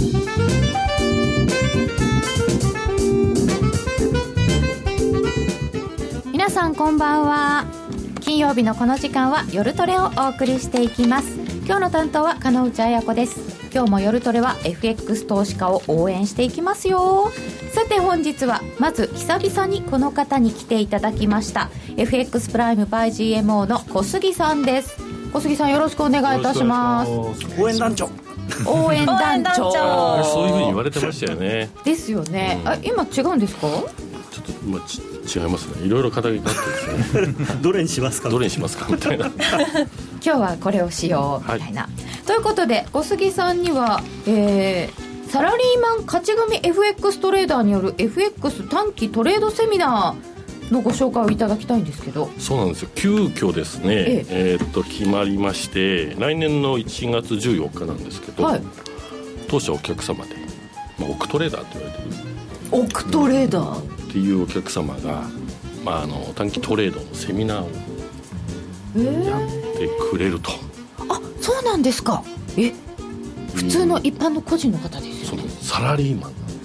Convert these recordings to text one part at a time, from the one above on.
皆さんこんばんは。金曜日のこの時間は夜トレをお送りしていきます。今日の担当は金内彩子です。今日も夜トレは FX 投資家を応援していきますよ。さて本日はまず久々にこの方に来ていただきました。 FX プライム by GMO の小杉さんです。小杉さんよろしくお願いいたします。 応援団長応援団長そういう風に言われてましたよね。 ですよね、今違うんですか？ ちょっと、違いますね。いろいろ肩書きがあってですねどれにしますかどれにしますかみたいな今日はこれをしようみたいな、はい、ということで小杉さんには、サラリーマン勝ち組 FX トレーダーによる FX 短期トレードセミナーのご紹介をいただきたいんですけど。 そうなんですよ。急遽ですね、決まりまして来年の1月14日なんですけど、はい、当社お客様で、オクトレーダーと言われてるオクトレーダーっていうお客様が、短期トレードのセミナーをやってくれると。 あ、そうなんですか。普通の一般の個人の方ですよね。 サラリーマンなん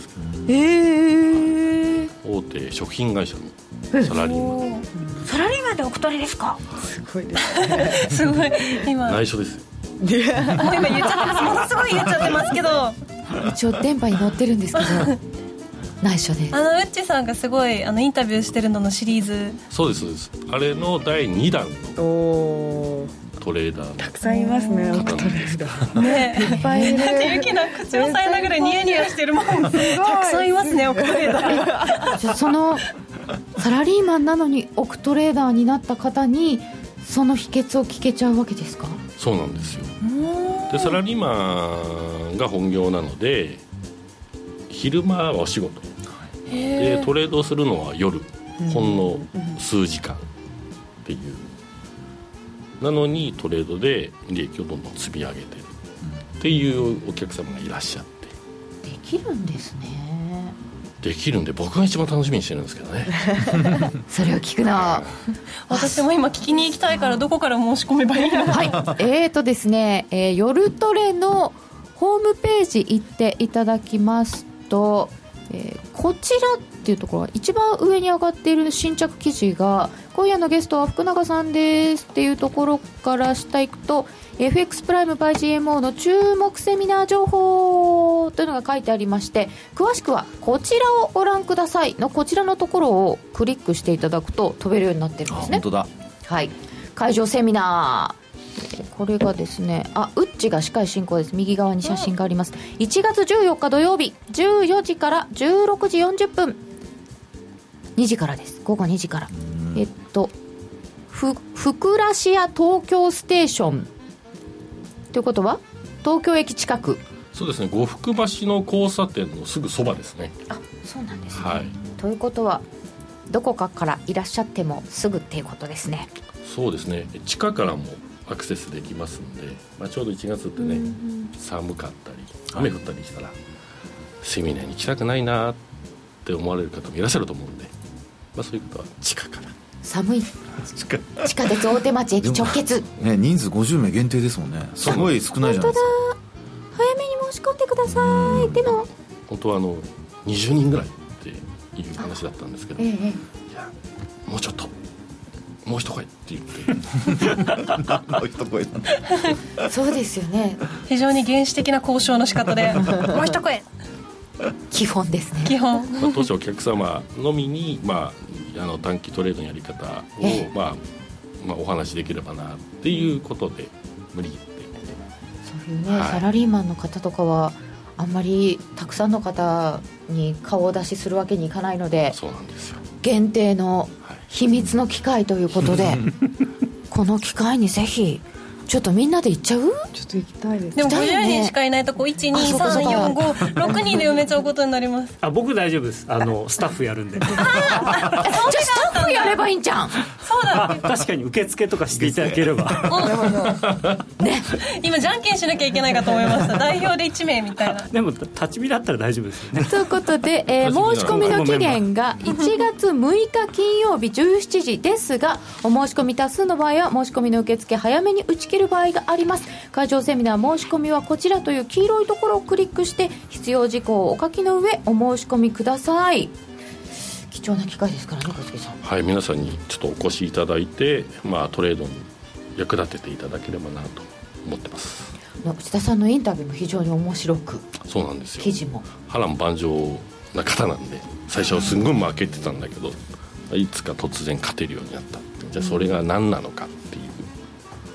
ですけど、大手食品会社のサラリーマン。 サラリーマンでオクトレですか？ すごいですねすごい今内緒ですよもう今言っちゃってます。ものすごい言っちゃってますけど一応電波に乗ってるんですけど内緒です。 ウッチさんがすごいインタビューしてるののシリーズ。 そうですそうです。あれの第2弾のトレーダーのたくさんいますね。オクトレーダーねいっぱいいる。 だってユキの口をさえながらニヤニヤしてるもんたくさんいますねオクトレーダーじゃあそのサラリーマンなのにオクトレーダーになった方にその秘訣を聞けちゃうわけですか？ そうなんですよ。でサラリーマンが本業なので昼間はお仕事でトレードするのは夜、ほんの数時間っていう、なのにトレードで利益をどんどん積み上げてるっていうお客様がいらっしゃって。 できるんですね。 できるんで僕が一番楽しみにしてるんですけどねそれを聞くな私も今聞きに行きたいからどこから申し込めばいいの？ はいですね、夜トレのホームページ行っていただきますと、こちらっていうところは一番上に上がっている新着記事が今夜のゲストは福永さんですっていうところから下行くと FX プライム by GMO の注目セミナー情報というのが書いてありまして、詳しくはこちらをご覧くださいのこちらのところをクリックしていただくと飛べるようになってるんですね。 本当だ。 はい、会場セミナー、これがですね、ウッチが司会進行です。右側に写真があります。1月14日土曜日14時から16時40分2時からです。午後2時からふくらしや東京ステーションということは東京駅近く。 そうですね。呉服橋の交差点のすぐそばですね。 あ、そうなんですね、 はい、 ということはどこかからいらっしゃってもすぐっていうことですね。 そうですね。地下からもアクセスできますんで、ちょうど1月ってね、寒かったり雨降ったりしたら、セミナーに行きたくないなって思われる方もいらっしゃると思うんで、そういうことは地下から寒い地下鉄大手町駅直結、 人数50名限定ですもんね。すごい少ないじゃないですか。 本当だ。早めに申し込んでください。でも本当は20人ぐらいっていう話だったんですけど、いやもうちょっともう一声って言ってもう一声そうですよね。 非常に原始的な交渉の仕方でもう一声基本ですね。 基本、 当初お客様のみに、短期トレードのやり方を、お話しできればなっていうことで無理言って、 そういうね、サラリーマンの方とかはあんまりたくさんの方に顔を出しするわけにいかないので、 そうなんですよ。 限定の秘密の機会ということで、この機会にぜひちょっとみんなで行っちゃう？ ちょっと行きたいです。 でも50人しかいないと12345にで埋めちゃうことになります。 僕大丈夫です。スタッフやるんでじゃあスタッフやればいいんじゃん。 そそうだ確かに受付とかしていただければね、今じゃんけんしなきゃいけないかと思いました代表で1名みたいな。 でも立ち見だったら大丈夫ですよね。 ということで、申し込みの期限が1月6日金曜日17時ですが、お申し込み多数の場合は申し込みの受付早めに打ち切る場合があります。会場セミナー申し込みはこちらという黄色いところをクリックして必要事項をお書きの上お申し込みください。貴重な機会ですからね、小杉さん。 はい、皆さんにちょっとお越しいただいて、トレードに役立てていただければなと思ってます。 内田さんのインタビューも非常に面白く、 そうなんですよ。 記事も波乱万丈な方なんで、最初はすんごい負けてたんだけど、いつか突然勝てるようになったって。じゃあそれが何なのかっていう、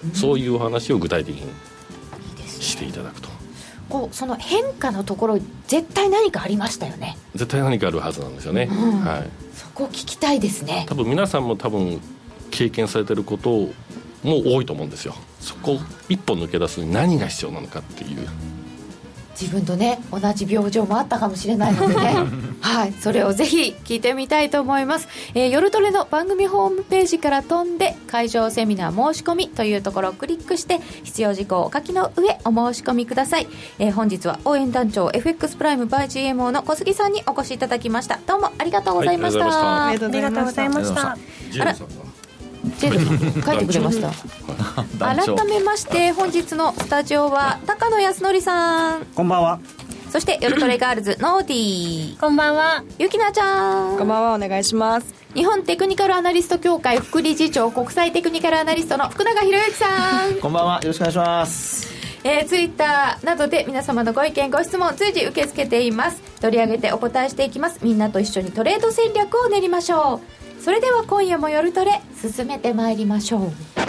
そういうお話を具体的にしていただくと。 こうその変化のところ絶対何かありましたよね。 絶対何かあるはずなんですよね、はい、 そこを聞きたいですね。 多分皆さんも経験されてることも多いと思うんですよ。そこを一歩抜け出すに何が必要なのかっていう。 自分とね同じ病状もあったかもしれないのでねはい、それをぜひ聞いてみたいと思います。夜トレの番組ホームページから飛んで会場セミナー申し込みというところをクリックして必要事項をお書きの上お申し込みください。本日は応援団長 FX プライム by GMO の小杉さんにお越しいただきました。どうもありがとうございました、 ありがとうございました。 ジェームさんがジェル書いてくれました改めまして本日のスタジオは高野康則さん、 こんばんは。 そして夜トレガールズノーディー、 こんばんは。 ゆきなちゃん、 こんばんは、お願いします。 日本テクニカルアナリスト協会副理事長国際テクニカルアナリストの福永博之さんこんばんは、よろしくお願いします。 ツイッターなどで皆様のご意見ご質問随時受け付けています。取り上げてお答えしていきます。みんなと一緒にトレード戦略を練りましょう。それでは今夜も夜トレ進めてまいりましょう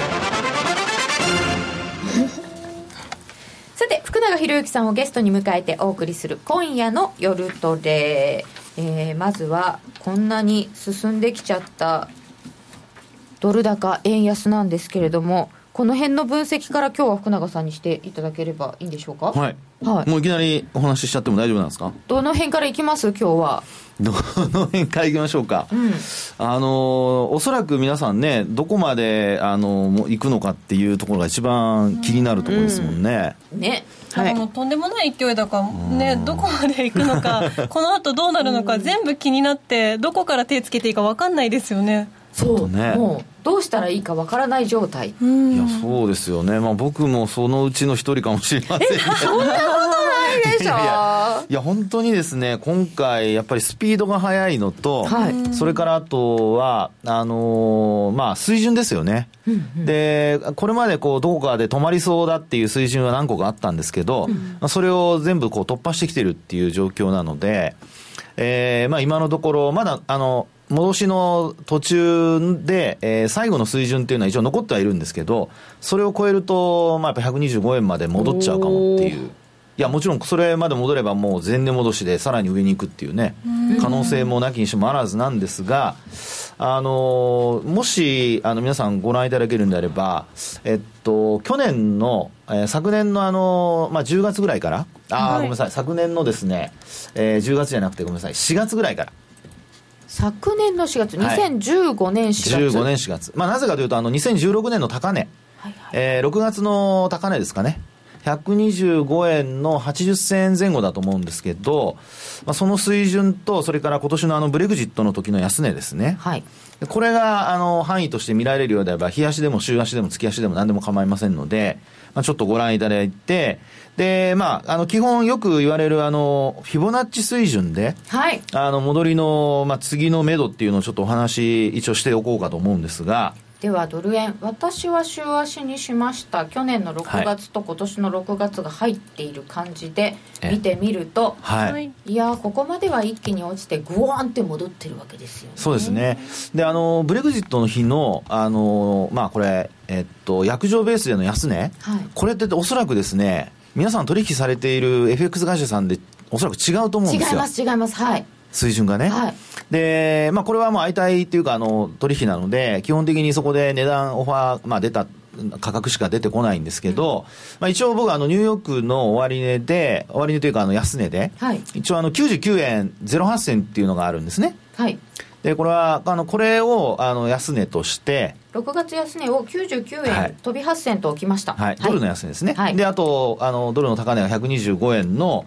さて福永博之さんをゲストに迎えてお送りする今夜の夜トレ、まずはこんなに進んできちゃったドル高円安なんですけれども、この辺の分析から今日は福永さんにしていただければいいんでしょうか。 はい、 はい、 もういきなりお話ししちゃっても大丈夫なんですか。 どの辺からいきます今日は。 どの辺からいきましょうか、おそらく皆さんねどこまで行くのかっていうところが一番気になるところですもんね、 ね、 はい、もうとんでもない勢いだからね、どこまで行くのかこの後どうなるのか全部気になって、どこから手つけていいか分かんないですよね。 そうね、 もうどうしたらいいかわからない状態。 いやそうですよね、僕もそのうちの一人かもしれませんね。 そんなことないでしょ。 いや本当にですね、今回やっぱりスピードが速いのと、はい、それからあとは水準ですよね、でこれまでどこかで止まりそうだっていう水準は何個かあったんですけど、それを全部突破してきてるっていう状況なので、今のところまだ戻しの途中で、最後の水準っていうのは一応残ってはいるんですけど、それを超えると、やっぱ125円まで戻っちゃうかもっていう。いやもちろんそれまで戻ればもう前値戻しでさらに上に行くっていうね、可能性もなきにしもあらずなんですが、もし皆さんご覧いただけるんであれば、去年の、昨年の10月ぐらいからごめんなさい、昨年のですね、10月じゃなくてごめんなさい4月ぐらいから、 昨年の4月、2015年4月、 15年4月、なぜかというと2016年の高値、6月の高値ですかね、125円の80銭円前後だと思うんですけど、その水準とそれから今年のブレグジットの時の安値ですね、はい、これが範囲として見られるようであれば日足でも週足でも月足でも何でも構いませんので、ちょっとご覧いただいて、で基本よく言われるフィボナッチ水準で、はい、戻りの、次の目処っていうのをちょっとお話一応しておこうかと思うんですが、ではドル円、私は週足にしました。去年の6月と今年の6月が入っている感じで見てみると、いやここまでは一気に落ちてグワーンって戻ってるわけですよね。 そうですね。でブレグジットの日のこれ約定ベースでの安値、これっておそらくですね、皆さん取引されている FX 会社さんでおそらく違うと思うんですよ。 違います、はい、 水準がね、はい、でこれはもう相対っていうか取引なので基本的にそこで値段オファー、出た価格しか出てこないんですけど、一応僕ニューヨークの終値というか安値で、はい、一応99円08銭っていうのがあるんですね、はい、 でこれはこれを安値として 6月安値を99円、飛び8銭と置きました、 はい、ドルの安値ですね、はい、であとドルの高値が125円の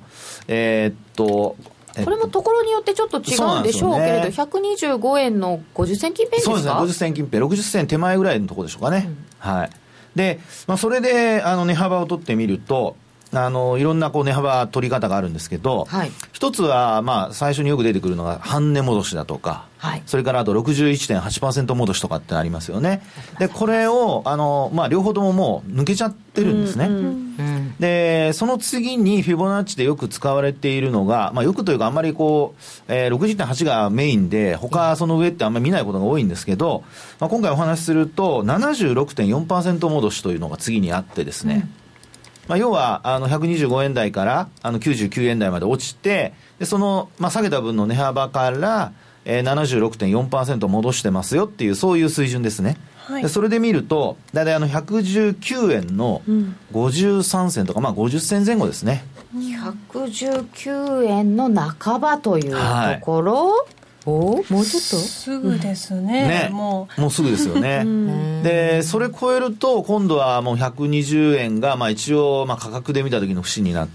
これもところによってちょっと違うんでしょうけれど、125円の50銭近辺ですか。 そうですね、50銭近辺、60銭手前ぐらいのところでしょうかね、はい。で、それで値幅を取ってみるといろんな値幅取り方があるんですけど、はい、一つは最初によく出てくるのが半値戻しだとか、はい、それからあと 61.8% 戻しとかってありますよね。でこれを両方とももう抜けちゃってるんですね、でその次にフィボナッチでよく使われているのが、よくというかあんまり60.8 がメインで他その上ってあんまり見ないことが多いんですけど、今回お話しすると 76.4% 戻しというのが次にあってですね、要は125円台から99円台まで落ちて、でその、下げた分の値幅から、76.4% 戻してますよっていう、そういう水準ですね、はい、でそれで見るとだいたい119円の53銭とか、50銭前後ですね。 119円の半ばというところ、はい、もうちょっとすぐですね、 もうすぐですよねでそれ超えると今度はもう120円が一応価格で見た時の節になって、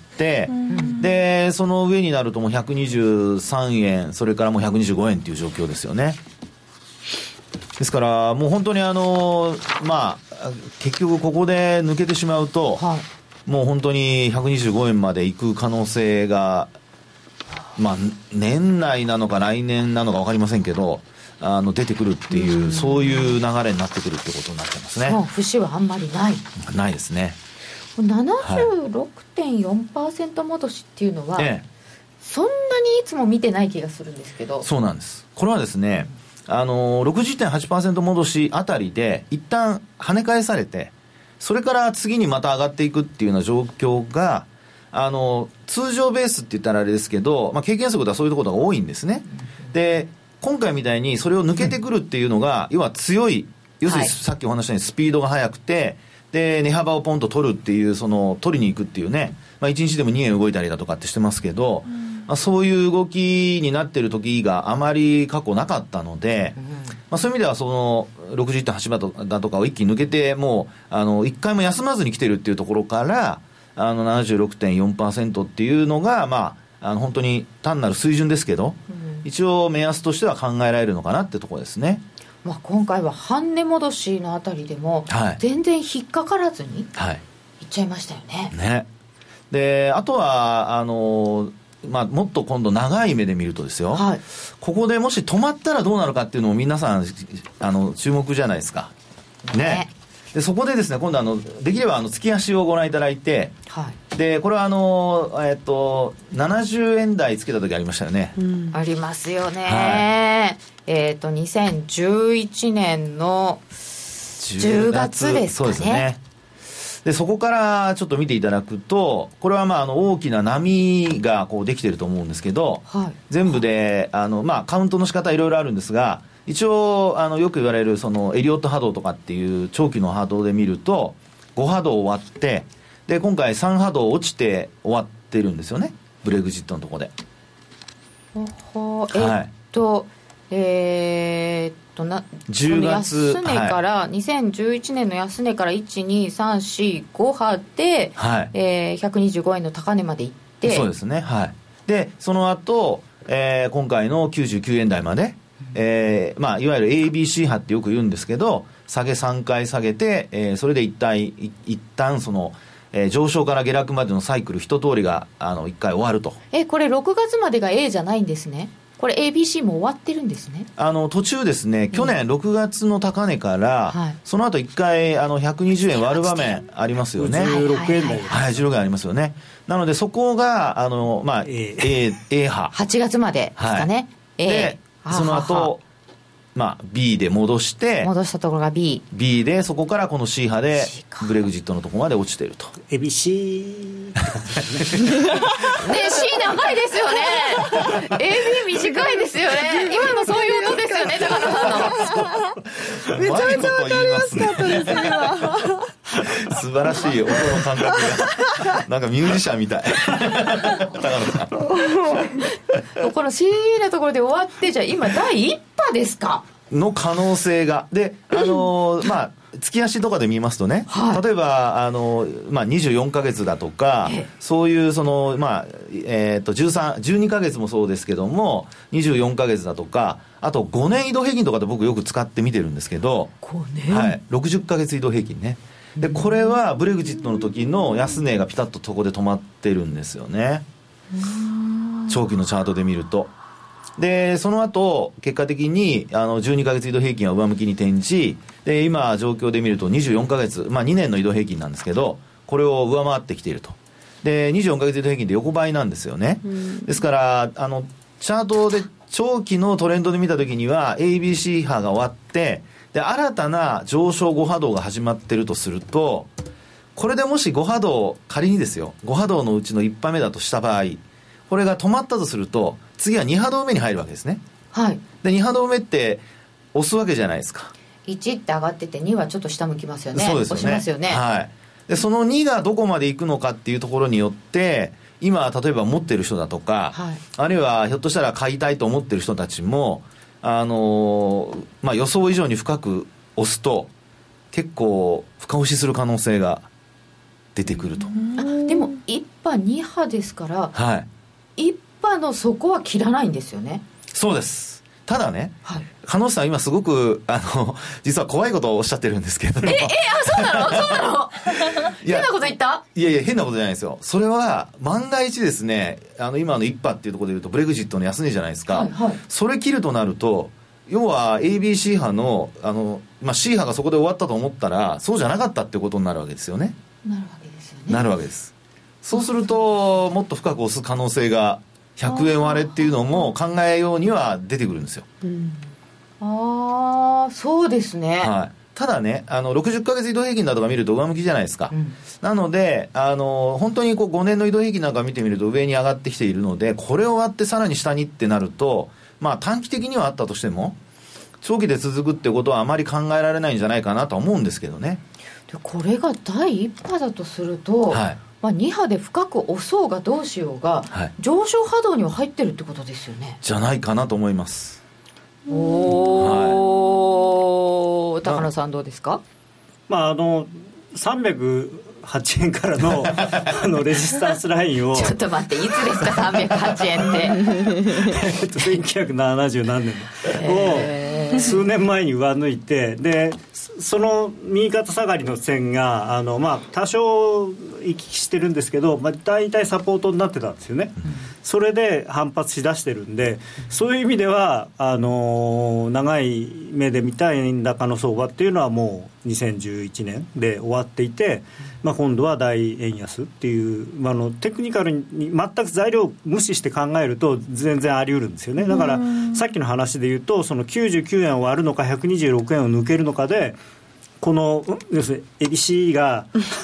でその上になるともう123円、それからもう125円っていう状況ですよね。ですからもう本当に結局ここで抜けてしまうと、はい、もう本当に125円まで行く可能性が年内なのか来年なのか分かりませんけど出てくるっていう、そういう流れになってくるってことになってますね。 節はあんまりないですね。 76.4% 戻しっていうのは、そんなにいつも見てない気がするんですけど。 そうなんです。これはですね60.8% 戻しあたりで一旦跳ね返されて、それから次にまた上がっていくっていうような状況が通常ベースって言ったらあれですけど、経験則ではそういうことが多いんですね。で今回みたいにそれを抜けてくるっていうのが、要は強い、要するにさっきお話したようにスピードが速くて、で値幅をポンと取るっていう、取りに行くっていうね、1日でも2円動いたりだとかってしてますけど、そういう動きになってる時があまり過去なかったので、そういう意味では60.8 だとかを一気に抜けて、もう一回も休まずに来てるっていうところから、76.4% っていうのが、本当に単なる水準ですけど、一応目安としては考えられるのかなってところですね。 今回は半値戻しのあたりでも、全然引っかからずにいっちゃいましたよね。 であとはもっと今度長い目で見るとですよ、ここでもし止まったらどうなるかっていうのも皆さん注目じゃないですかね。でそこでですね、今度できれば月足をご覧いただいて、でこれは70円台つけた時ありましたよね、 ありますよね、2011年の10月ですかね。そうですね。 でそこからちょっと見ていただくと、これは大きな波ができてると思うんですけど、全部でカウントの仕方いろいろあるんですが、一応よく言われるエリオット波動とかっていう長期の波動で見ると5波動終わって、で今回3波動落ちて終わってるんですよね、ブレグジットのところで。 10月安値から、2011年の安値から12345波で、125円の高値までいって、 そうですね、でその後、今回の99円台まで、いわゆる ABC 波ってよく言うんですけど、下げ3回下げて、それで一旦上昇から下落までのサイクル一通りが1回終わると。 これ6月までが A じゃないんですね。これ ABC も終わってるんですね。 途中ですね、去年6月の高値から、その後1回120円割る場面ありますよね。 16円台、 16円ありますよね。なのでそこがA 波 8月までですかね、 でその後B で戻したところが B で、そこからこの C 波でブレグジットのところまで落ちていると。 ABC って感じね。C 長いですよね。AB 短いですよね。今のそういう音ですよね、高野さんの。 めちゃめちゃ分かりやすかったです今。 素晴らしい音の感覚がなんかミュージシャンみたい。高野さん。 この CE のところで終わって、じゃあ今第1波ですかの可能性がでまあ月足とかで見ますとね、はい、例えばまあ、24ヶ月だとかそういうまあ12ヶ月もそうですけども24ヶ月だとかあと5年移動平均とかで僕よく使って見てるんですけど 5年、 はい、60ヶ月移動平均ねでこれはブレグジットの時の安値がピタッとそこで止まってるんですよね長期のチャートで見るとでその後結果的に12ヶ月移動平均は上向きに転じで今状況で見ると24ヶ月、まあ、2年の移動平均なんですけどこれを上回ってきているとで24ヶ月移動平均で横ばいなんですよねですからチャートで長期のトレンドで見た時には ABC 波が終わってで新たな上昇5波動が始まってるとするとこれでもし5波動仮にですよ5波動のうちの1波目だとした場合これが止まったとすると次は2波動目に入るわけですね、はい、で2波動目って押すわけじゃないですか 1って上がってて2はちょっと下向きますよねそうですよね押しますよね、はい、でその2がどこまで行くのかっていうところによって今例えば持ってる人だとか、はい、あるいはひょっとしたら買いたいと思ってる人たちもまあ、予想以上に深く押すと結構深押しする可能性が出てくるとでも1波2波ですから、 はい、 1波の底は切らないんですよねそうですただね、 はい、 加納さん今すごく実は怖いことをおっしゃってるんですけどそうなのそうなの変なこと言ったいや変なことじゃないですよそれは万が一ですね今の1波っていうところでいうとブレグジットの安値じゃないですか、はいはい、それ切るとなると要は ABC 波のまあ、C 波がそこで終わったと思ったらそうじゃなかったってことになるわけですよねなるわけですよねなるわけですそうするともっと深く押す可能性が100円割れっていうのも考えようには出てくるんですよ、 うん、ああそうですね、 はい、ただね60ヶ月移動平均だとか見ると上向きじゃないですか、うん、なので本当にこう5年の移動平均なんか見てみると上に上がってきているのでこれを割ってさらに下にってなるとまあ短期的にはあったとしても長期で続くってことはあまり考えられないんじゃないかなとは思うんですけどねでこれが第1波だとすると、はいまあ、2波で深く押そうがどうしようが、はい、上昇波動には入ってるってことですよねじゃないかなと思いますお、はい、高野さんどうですかまあ308円からのレジスタンスラインをちょっと待っていつですか308円って 1970何年を数年前に上抜いてでその右肩下がりの線がまあ、多少行き来してるんですけど、まあ、大体サポートになってたんですよね、うん、それで反発しだしてるんでそういう意味では長い目で見た円高の相場っていうのはもう2011年で終わっていて、まあ、今度は大円安っていう、まあ、テクニカルに全く材料を無視して考えると全然あり得るんですよねだからさっきの話で言うとその99円を割るのか126円を抜けるのかでこの要するに ABC が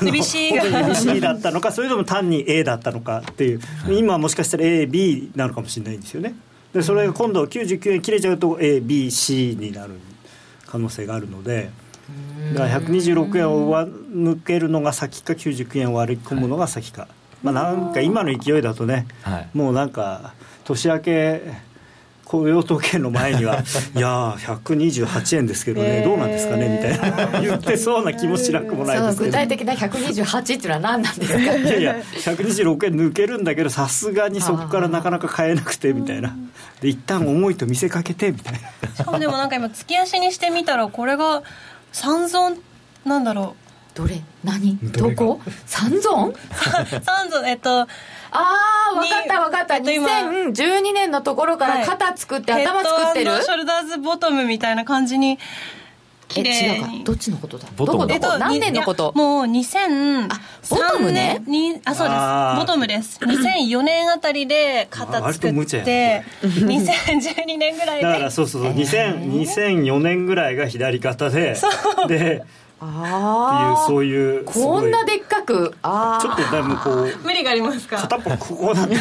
ABC だったのかそれとも単に A だったのかっていう今はもしかしたら AB なのかもしれないんですよねでそれが今度99円切れちゃうと ABC になる可能性があるのでだから126円を抜けるのが先か99円を割り込むのが先か、まあ、なんか今の勢いだとね、はい、もうなんか年明け雇用統計の前にはいや128円ですけどね、どうなんですかねみたいな言ってそうな気もしなくもないですけど具体的な128っていうのは何なんですかいやいや126円抜けるんだけどさすがにそこからなかなか買えなくてみたいなで一旦重いと見せかけてみたいなしかもでもなんか今月足にしてみたらこれが三尊なんだろうどれ何どこ三尊三尊分かった2012年のところから肩作って、はい、頭作ってるヘッド&ショルダーズボトムみたいな感じに綺麗に違うかどっちのことだどこ何年のこともう2003 ボトムねにそうですボトムです2004年あたりで肩作って2012年ぐらいでだからそう2004年ぐらいが左肩ででっていうそういうこんなでっかくちょっとだいぶこう無理がありますか片っぽここなんで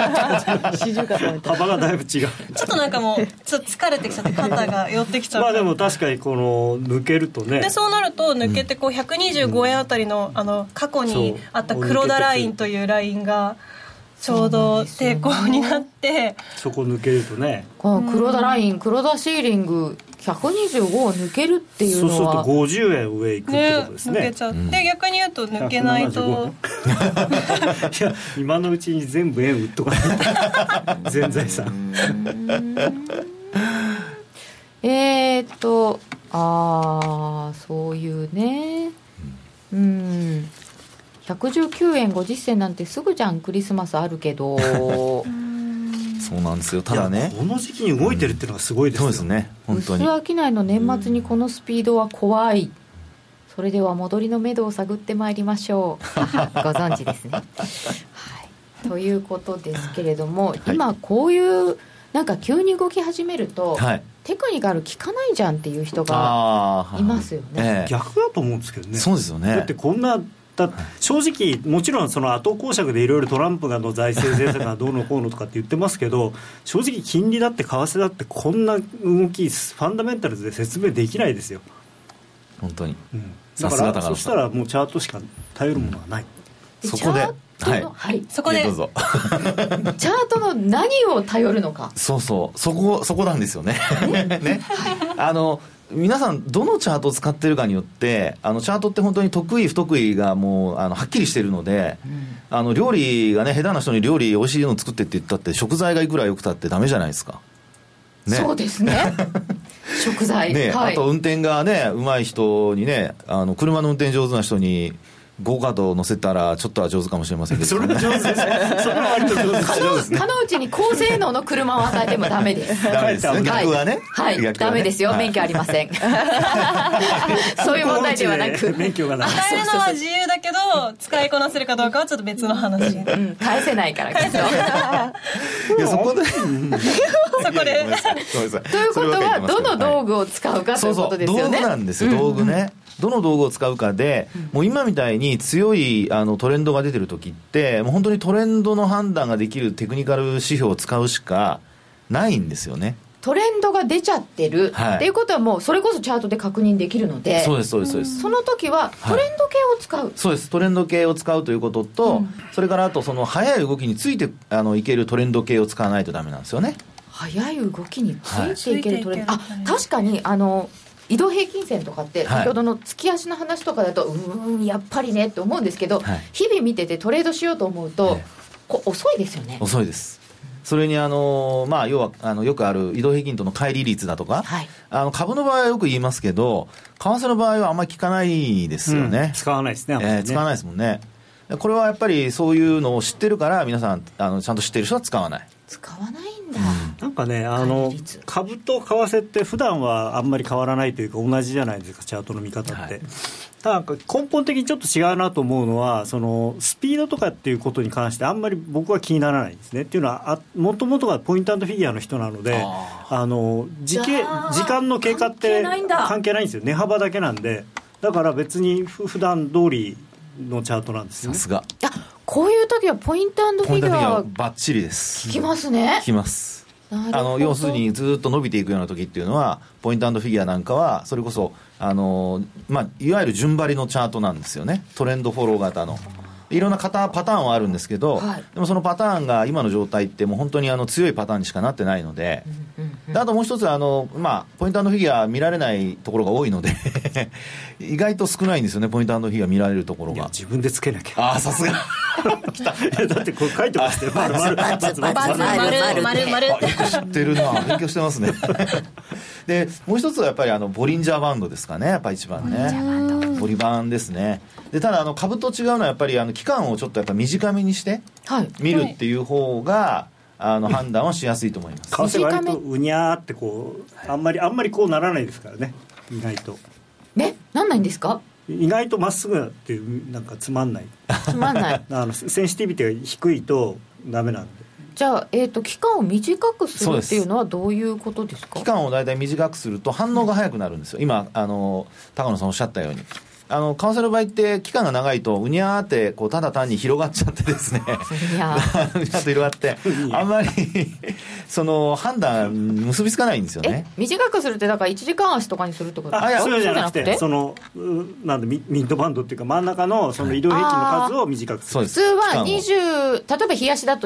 幅がだいぶ違うちょっとなんかもうちょっと疲れてきちゃって肩が寄ってきちゃうまあでも確かにこの抜けるとねでそうなると抜けてこう125円あたりの、過去にあった黒田ラインというラインがちょうど抵抗になって、 そこ抜けるとね、 この黒田ライン、黒田シーリング125を抜けるっていうのは、 そうすると50円上行くってことですね。 抜けちゃって、逆に言うと抜けないといや今のうちに全部円売っとかないと全財産そういうね、119円50銭なんてすぐじゃん、クリスマスあるけどそうなんですよ。ただね、 この時期に動いてるっていうのがすごいですよ、 そうですね、本当に薄商いの年末にこのスピードは怖い。それでは戻りの目処を探ってまいりましょうご存知ですね、はい、ということですけれども、今こういうなんか急に動き始めると、テクニカル効かないじゃんっていう人がいますよね。 逆だと思うんですけどね。 そうですよね。 だってこんな正直もちろんその後講釈でいろいろトランプがの財政政策がどうのこうのとかって言ってますけど、正直金利だって為替だってこんな動きファンダメンタルズで説明できないですよ本当に、 だからそしたらもうチャートしか頼るものはない、 そこでそこでどうぞチャートの何を頼るのか、 そこなんですよねね、皆さんどのチャートを使ってるかによってチャートって本当に得意不得意がもうはっきりしてるので、料理がね、下手な人に料理おいしいの作ってって言ったって食材がいくら良くたってダメじゃないですか、ね、 そうですね食材、 ね、あと運転がね上手い人にね、車の運転上手な人にゴーカートを乗せたらちょっとは上手かもしれませんけど、 それは上手ですねそれは割と上手ですね。 かのうちに高性能の車を与えてもダメですダメですね、逆はね、 ダメですよ、免許ありませんそういう問題ではなく、 免許がない、 与えるのは自由だけど使いこなせるかどうかはちょっと別の話返せないから返せないいやそこでそこでということはどの道具を使うかということですよね。 道具なんですよ、道具ね、どの道具を使うかで、もう今みたいに強いトレンドが出てる時ってもう本当にトレンドの判断ができるテクニカル指標を使うしかないんですよね。 トレンドが出ちゃってる、っていうことはもうそれこそチャートで確認できるので、 そうですそうですそうです。 その時はトレンド系を使う、 そうです、トレンド系を使うということと、それからあとその速い動きについていけるトレンド系を使わないとダメなんですよね。 速い動きについていけるトレンド、確かに移動平均線とかって先ほどの月足の話とかだと、やっぱりねって思うんですけど、日々見ててトレードしようと思うと、遅いですよね。 遅いです。それに要はよくある移動平均との乖離率だとか、株の場合はよく言いますけど、為替の場合はあんまり効かないですよね、 使わないですね、 使わないですもんね。これはやっぱりそういうのを知ってるから皆さんちゃんと知ってる人は使わないんだ、 なんかね、株と為替って普段はあんまり変わらないというか同じじゃないですか、チャートの見方って、なんか根本的にちょっと違うなと思うのは、そのスピードとかっていうことに関してあんまり僕は気にならないんですね。っていうのはもともとがポイント&フィギュアの人なので、時間の経過って関係ないんですよ、値幅だけなんで、だから別に普段通りのチャートなんですよね。 さすが。 こういう時はポイント&フィギュアバッチリです。 効きますね。 効きます。要するにずっと伸びていくような時っていうのはポイント&フィギュアなんかはそれこそいわゆる順張りのチャートなんですよね。トレンドフォロー型のいろんなパターンはあるんですけど、でもそのパターンが今の状態ってもう本当に強いパターンにしかなってないので、であともう一つポイント&フィギュア見られないところが多いので意外と少ないんですよね、ポイント&フィギュア見られるところが。 自分でつけなきゃ。 さすが来ただってこれ書いてましたよ、丸知ってるな、勉強してますねでもう一つはやっぱりボリンジャーバンドですかね、やっぱり一番ね、ボリバンですね。でただ株と違うのはやっぱり期間をちょっとやっぱ短めにして見るっていう方が、判断はしやすいと思います。 為替割とうにゃーってあんまりこうならないですからね、意外となんないんですか。 意外とまっすぐってなんかつまんないセンシティビティが低いとダメなんで。 じゃあ、期間を短くするっていうのはどういうことですか。 期間をだいたい短くすると反応が早くなるんですよ。今高野さんおっしゃったように為替の場合って期間が長いとうにゃーってこうただ単に広がっちゃってですねうにゃーと広がってあんまりその判断結びつかないんですよね。 短くするってだから1時間足とかにするってことですか？ そうじゃなくてそのなんでミッドバンドっていうか真ん中のその移動平均の数を短くする。 普通は例えば日足だと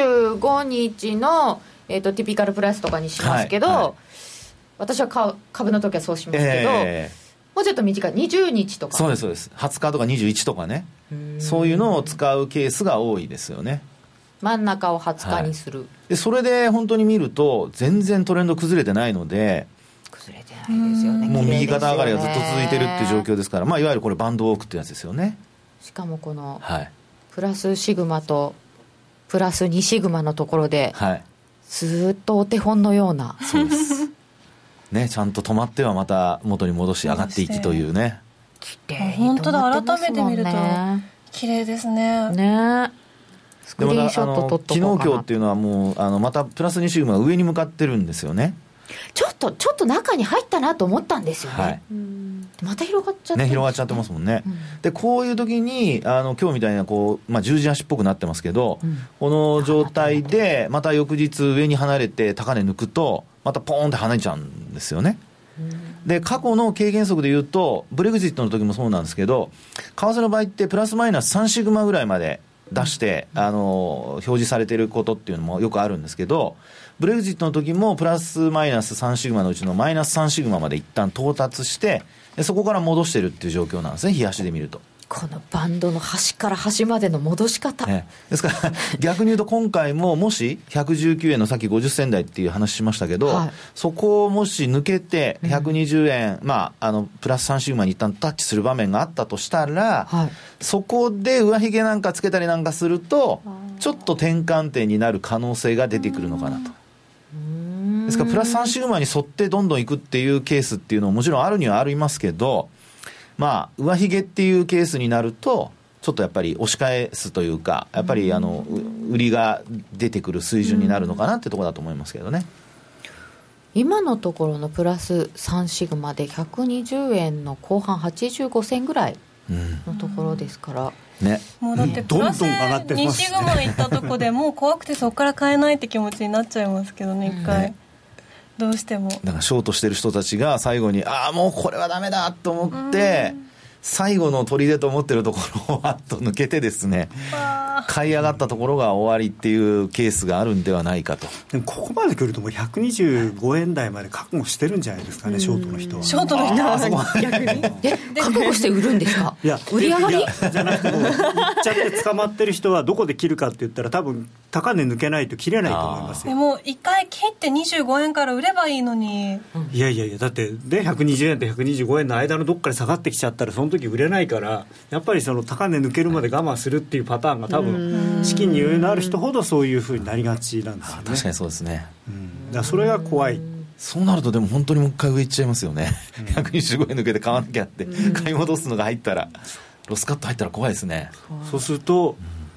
25日の、ティピカルプライスとかにしますけど、私は株の時はそうしますけど、もうちょっと短い20日とか。 そうですそうです。20日とか21とかね、そういうのを使うケースが多いですよね。 真ん中を20日にする、 でそれで本当に見ると全然トレンド崩れてないので、 崩れてないですよね。 もう右肩上がりがずっと続いてるっていう状況ですから、いわゆるこれバンドウォークってやつですよね。 しかもこの、プラスシグマとプラス2シグマのところで、ずっとお手本のような。 そうですね、ちゃんと止まってはまた元に戻し上がっていきというね。 本当だ、改めて見ると綺麗ですね。 スクリーンショット撮っとこうかな。 昨日今日っていうのはもうまたプラス2シグマが上に向かってるんですよね。 ちょっと中に入ったなと思ったんですよね。また広がっちゃって、 広がっちゃってますもんね。でこういう時に今日みたいなこう、十字足っぽくなってますけど、この状態でまた翌日上に離れて高値抜くとまたポーンって跳ねちゃうんですよね。で過去の経験則でいうとブレグジットの時もそうなんですけど、為替の場合ってプラスマイナス3シグマぐらいまで出して表示されていることっていうのもよくあるんですけど、ブレグジットの時もプラスマイナス3シグマのうちのマイナス3シグマまで一旦到達して、そこから戻してるっていう状況なんですね、日足で見ると。 このバンドの端から端までの戻し方、 ですから逆に言うと今回ももし119円のさっき50銭台っていう話しましたけど、そこをもし抜けて120円、プラス3シグマに一旦タッチする場面があったとしたら、そこで上髭なんかつけたりなんかするとちょっと転換点になる可能性が出てくるのかなと。ですからプラス3シグマに沿ってどんどんいくっていうケースっていうのももちろんあるにはありますけど、上髭っていうケースになるとちょっとやっぱり押し返すというか、やっぱり売りが出てくる水準になるのかなってところだと思いますけどね。 今のところのプラス3シグマで120円の後半85銭ぐらいのところですから、 もうだってプラス2シグマいったとこでもう怖くてそこから買えないって気持ちになっちゃいますけどね、一回どうしても。 だからショートしてる人たちが最後にもうこれはダメだと思って最後の砦と思ってるところをわっと抜けてですね、買い上がったところが終わりっていうケースがあるんではないかと。 でもここまで来るともう125円台まで覚悟してるんじゃないですかね、ショートの人は。 ショートの人は逆に覚悟して売るんですか？売り上がりじゃなくてもう売っちゃって捕まってる人はどこで切るかって言ったら多分高値抜けないと切れないと思いますよ。 でも一回切って25円から売ればいいのに、 いやだってで120円と125円の間のどっかで下がってきちゃったらその時売れないから、やっぱりその高値抜けるまで我慢するっていうパターンが多分資金に余裕のある人ほどそういう風になりがちなんですよね。 確かにそうですね。 だからそれが怖い。 そうなるとでも本当にもう一回上行っちゃいますよね。125円抜けて買わなきゃって買い戻すのが入ったら、ロスカット入ったら怖いですね。 そうすると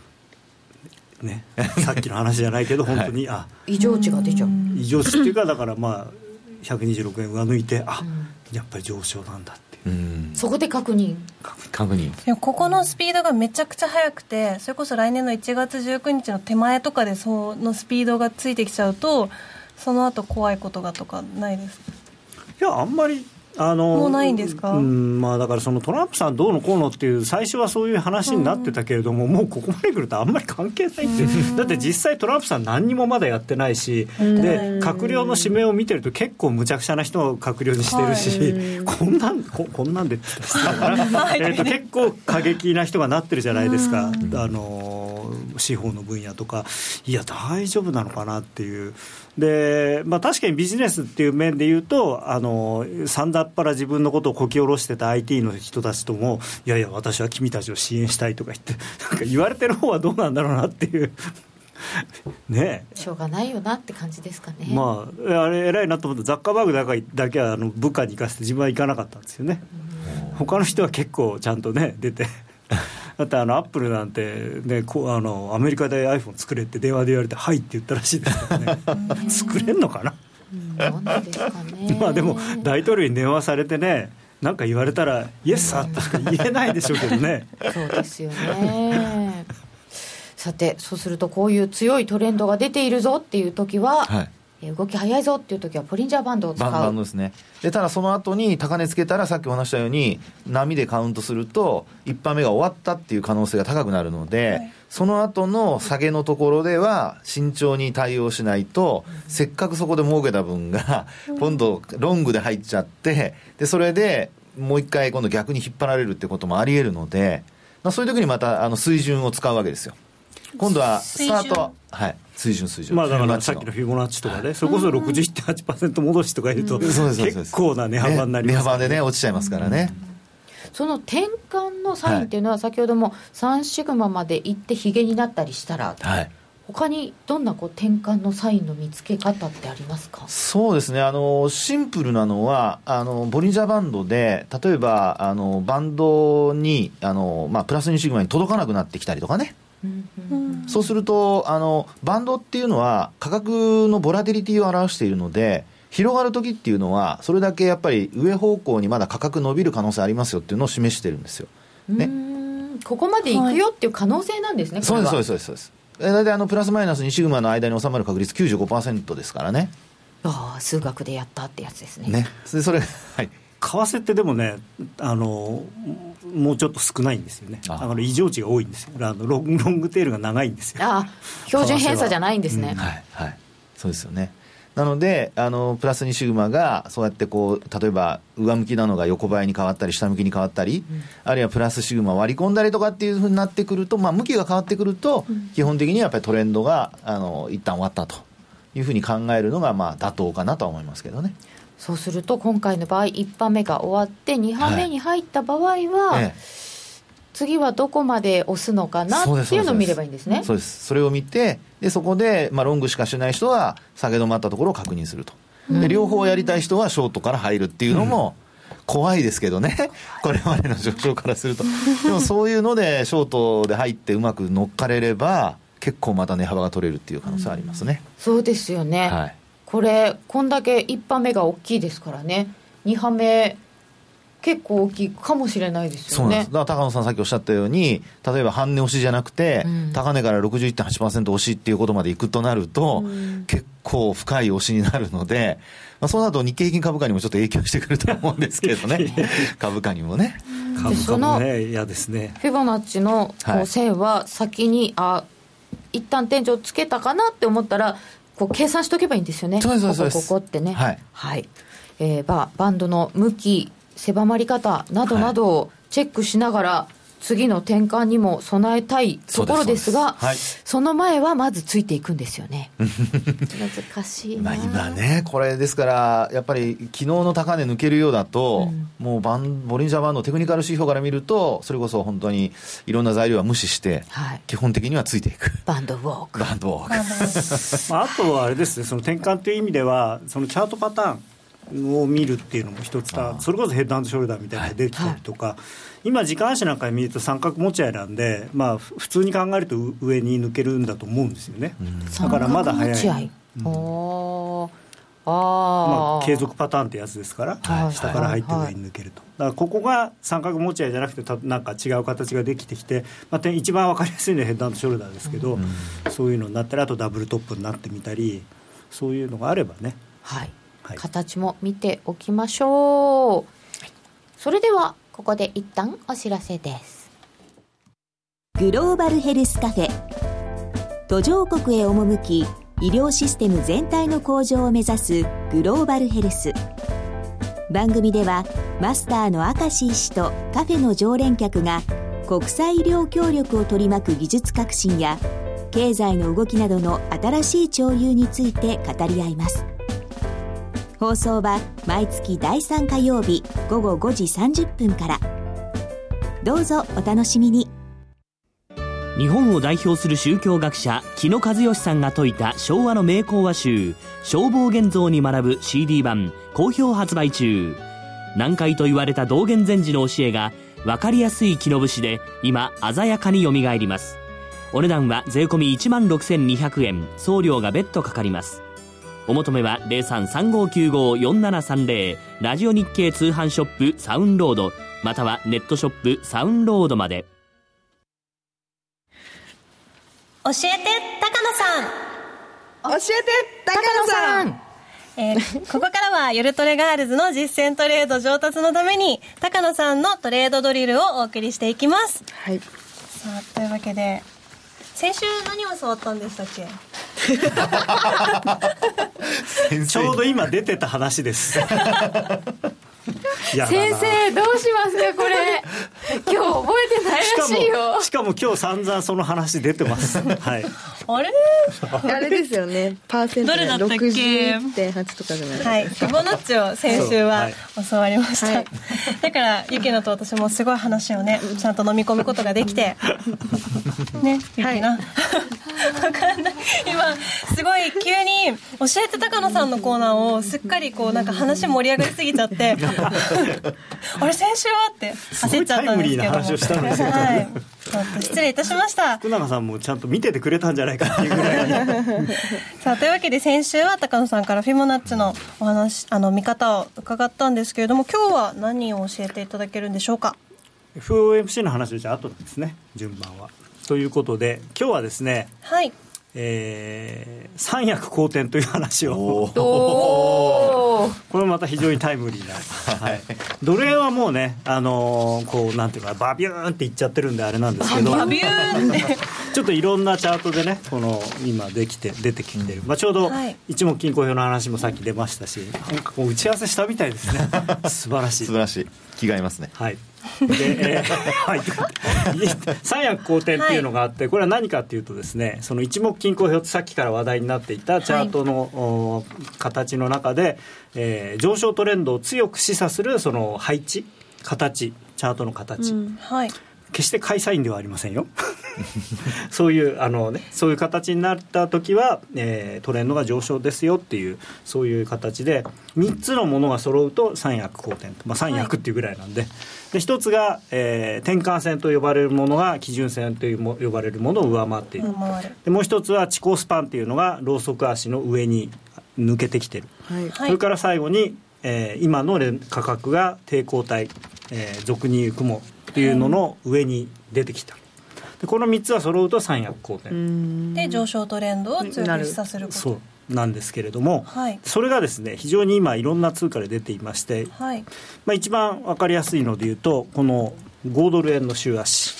さっきの話じゃないけど本当に異常値が出ちゃう。 異常値っていうか、だから126円上抜いてやっぱり上昇なんだっていう、 そこで確認。 いやここのスピードがめちゃくちゃ速くて、それこそ来年の1月19日の手前とかでそのスピードがついてきちゃうと、その後怖いことがとかないですか？ いやあんまりもうないんですか？ だからそのトランプさんどうのこうのっていう最初はそういう話になってたけれども、もうここまで来るとあんまり関係ないって、だって実際トランプさん何にもまだやってないし、で閣僚の指名を見てると結構むちゃくちゃな人を閣僚にしてるし、こんなんでって結構過激な人がなってるじゃないですか。司法の分野とか、いや大丈夫なのかなっていう。で確かにビジネスっていう面で言うとさんだっぱら自分のことをこき下ろしてた IT の人たちとも、いや私は君たちを支援したいとか言ってなんか言われてる方はどうなんだろうなっていうしょうがないよなって感じですかね。 あれ偉いなと思って、ザッカーバーグだけは部下に行かせて自分は行かなかったんですよね。他の人は結構ちゃんと出てだってアップルなんて、アメリカで iPhone 作れって電話で言われてはいって言ったらしいですからね作れんのかな。 どうなんですかね。 でも大統領に電話されてね、 なんか言われたらイエスサーとしか言えないでしょうけどねそうですよねさて、そうするとこういう強いトレンドが出ているぞっていう時は、はい、動き早いぞっていう時はボリンジャーバンドを使う。 バンドですね。でただその後に高値つけたらさっきお話したように波でカウントすると1波目が終わったっていう可能性が高くなるので、はい、その後の下げのところでは慎重に対応しないと、せっかくそこで儲けた分が今度ロングで入っちゃって、でそれでもう一回今度逆に引っ張られるってこともあり得るので、そういう時にまた水準を使うわけですよ。今度はスタートは、はい、水準、 まあ、だからさっきのフィボナッチとかで、それこそ 61.8% 戻しとかいると、結構な値幅になります、ね、 値幅でね落ちちゃいますからね、 その転換のサインっていうのは、先ほども3シグマまで行ってヒゲになったりしたら、はい、他にどんな転換のサインの見つけ方ってありますか？ そうですね、シンプルなのはボリンジャーバンドで、例えばバンドにプラス2シグマに届かなくなってきたりとかね、そうするとバンドっていうのは価格のボラティリティを表しているので、広がる時っていうのはそれだけやっぱり上方向にまだ価格伸びる可能性ありますよっていうのを示してるんですよ、ね、 ここまで行くよっていう可能性なんですね、はい、 そうですそうです。大体プラスマイナス2シグマの間に収まる確率 95% ですからね。 ああ、数学でやったってやつですね。 それはい為替ってでもねもうちょっと少ないんですよね。異常値が多いんですよ。ロングテールが長いんですよ。 標準偏差じゃないんですね、 はいはい、そうですよね。なのでプラス2シグマがそうやって例えば上向きなのが横ばいに変わったり下向きに変わったり、あるいはプラスシグマ割り込んだりとかっていう風になってくると、向きが変わってくると、基本的にはやっぱりトレンドが一旦終わったという風に考えるのが妥当かなとは思いますけどね。 そうすると今回の場合1波目が終わって2波目に入った場合は、次はどこまで押すのかなっていうのを見ればいいんですね。 そうです。それを見て、でそこで、ロングしかしない人は下げ止まったところを確認すると。で両方やりたい人はショートから入るっていうのも怖いですけどね、これまでの上昇からすると。でもそういうのでショートで入ってうまく乗っかれれば結構また値幅が取れるっていう可能性ありますね、 そうですよね、はい、こんだけ1波目が大きいですからね、2波目結構大きいかもしれないですよね。そうなんです。 だから高野さんさっきおっしゃったように、例えば半値押しじゃなくて、高値から 61.8% 押しっていうことまでいくとなると、結構深い押しになるので、そうなると日経平均株価にもちょっと影響してくると思うんですけどね株価にもね。 株価もね嫌ですね。 フィボナッチの線は先に、一旦天井つけたかなって思ったら計算しとけばいいんですよね。 そうですここってね、はいはい、バンドの向き狭まり方などなどをチェックしながら、次の転換にも備えたいところですが、その前はまずついていくんですよね難しいな。 今ねこれですからやっぱり昨日の高値抜けるようだと、もうボリンジャーバンドテクニカル指標から見るとそれこそ本当にいろんな材料は無視して、基本的にはついていくバンドウォークあとはあれですね、その転換という意味ではそのチャートパターンを見るっていうのも一つだ。それこそヘッド&ショルダーみたいなのが出てきたりとか、今時間足なんかで見ると三角持ち合いなんで、普通に考えると上に抜けるんだと思うんですよね。だからまだ早い。継続パターンってやつですから、下から入って上に抜けると。だからここが三角持ち合いじゃなくてなんか違う形ができてきて、一番分かりやすいのはヘッド&ショルダーですけど、そういうのになったり、あとダブルトップになってみたり、そういうのがあればね、 形も見ておきましょう。それではここで一旦お知らせです。 グローバルヘルスカフェ、途上国へ赴き医療システム全体の向上を目指すグローバルヘルス。番組ではマスターの明石医師とカフェの常連客が国際医療協力を取り巻く技術革新や経済の動きなどの新しい潮流について語り合います。放送は毎月第3火曜日午後5時30分から。どうぞお楽しみに。 日本を代表する宗教学者木野和義さんが説いた昭和の名講話集正法現像に学ぶ CD 版好評発売中。難解と言われた道元禅師の教えが分かりやすい木の節で今鮮やかによみがえります。お値段は税込み 16,200 円、送料が別途かかります。 お求めは 0335954730 ラジオ日経通販ショップサウンロードまたはネットショップサウンロードまで。 教えて高野さん、 教えて高野さん。 ここからは夜トレガールズの実践トレード上達のために高野さんのトレードドリルをお送りしていきます。 はい。 さあ、というわけで先週何を教わったんでしたっけ？ ちょうど今出てた話です先生どうしますかこれ今日覚えてないらしいよ。 しかも今日散々その話出てますはいあれですよね。パーセントで 60.8 とかじゃないですか。 はい、フィボナッチを先週は教わりました、はい、だからユキノと私もすごい話をねちゃんと飲み込むことができてね、ユキナ、分かんない今すごい急に教えて高野さんのコーナーをすっかりこうなんか話盛り上がりすぎちゃってあれ先週はって焦っちゃったんですけど、すごいタイムリーな話をしたんですけど、はい、 ちょっと失礼いたしました。 福永さんもちゃんと見ててくれたんじゃないかっていうぐらいさあ、というわけで先週は高野さんからフィボナッチのお話見方を伺ったんですけれども、今日は何を教えていただけるんでしょうか。 FOMC の話をじゃあ後ですね、順番はということで今日はですね、 はい、 三役好転という話をこれまた非常にタイムリーな、はい、ドル円はもうね、こうなんていうかバビューンっていっちゃってるんであれなんですけど、 バビューンってちょっといろんなチャートでねこの今出てきてる、ちょうど一目均衡表の話もさっき出ましたし、なんかこう打ち合わせしたみたいですね素晴らしい気が合いますね。 はいではい、三役好転っていうのがあって、これは何かっていうとですね、その一目均衡表ってさっきから話題になっていたチャートの、形の中で、上昇トレンドを強く示唆するその配置形、チャートの形、 はい、 決して買いサインではありませんよそういうそういう形になった時は、トレンドが上昇ですよっていうそういう形で3つのものが揃うと三役好転、三役っていうぐらいなんで、はい、で1つが、転換線と呼ばれるものが基準線と呼ばれるものを上回っている、でもう1つは遅行スパンっていうのがローソク足の上に抜けてきてる、はい、それから最後に、今の価格が抵抗体、俗に言う雲っていうのの上に出てきた、でこの3つは揃うと三役好転で上昇トレンドを強く示唆することそうなんですけれども、 はい、 それがですね非常に今いろんな通貨で出ていまして、 はい、 一番分かりやすいのでいうとこの5ドル円の週足、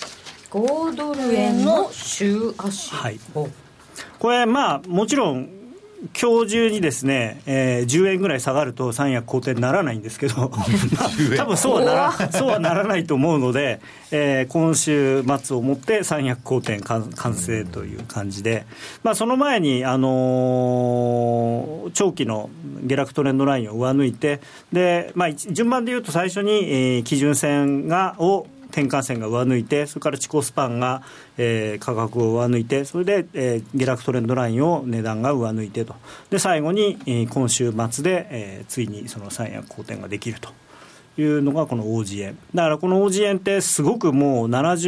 5ドル円の週足、 はい、これもちろん今日中にですね、10円ぐらい下がると三役好転にならないんですけど多分そうはならないと思うので、今週末をもって三役好転完成という感じで、その前に、長期の下落トレンドラインを上抜いて、で、順番でいうと最初に、基準線を転換線が上抜いて、それから遅行スパンが、価格を上抜いて、それで、下落トレンドラインを値段が上抜いてと、で最後に、今週末で、ついにその三役好転ができるというのがこの OG 円だから、この OG 円ってすごくもう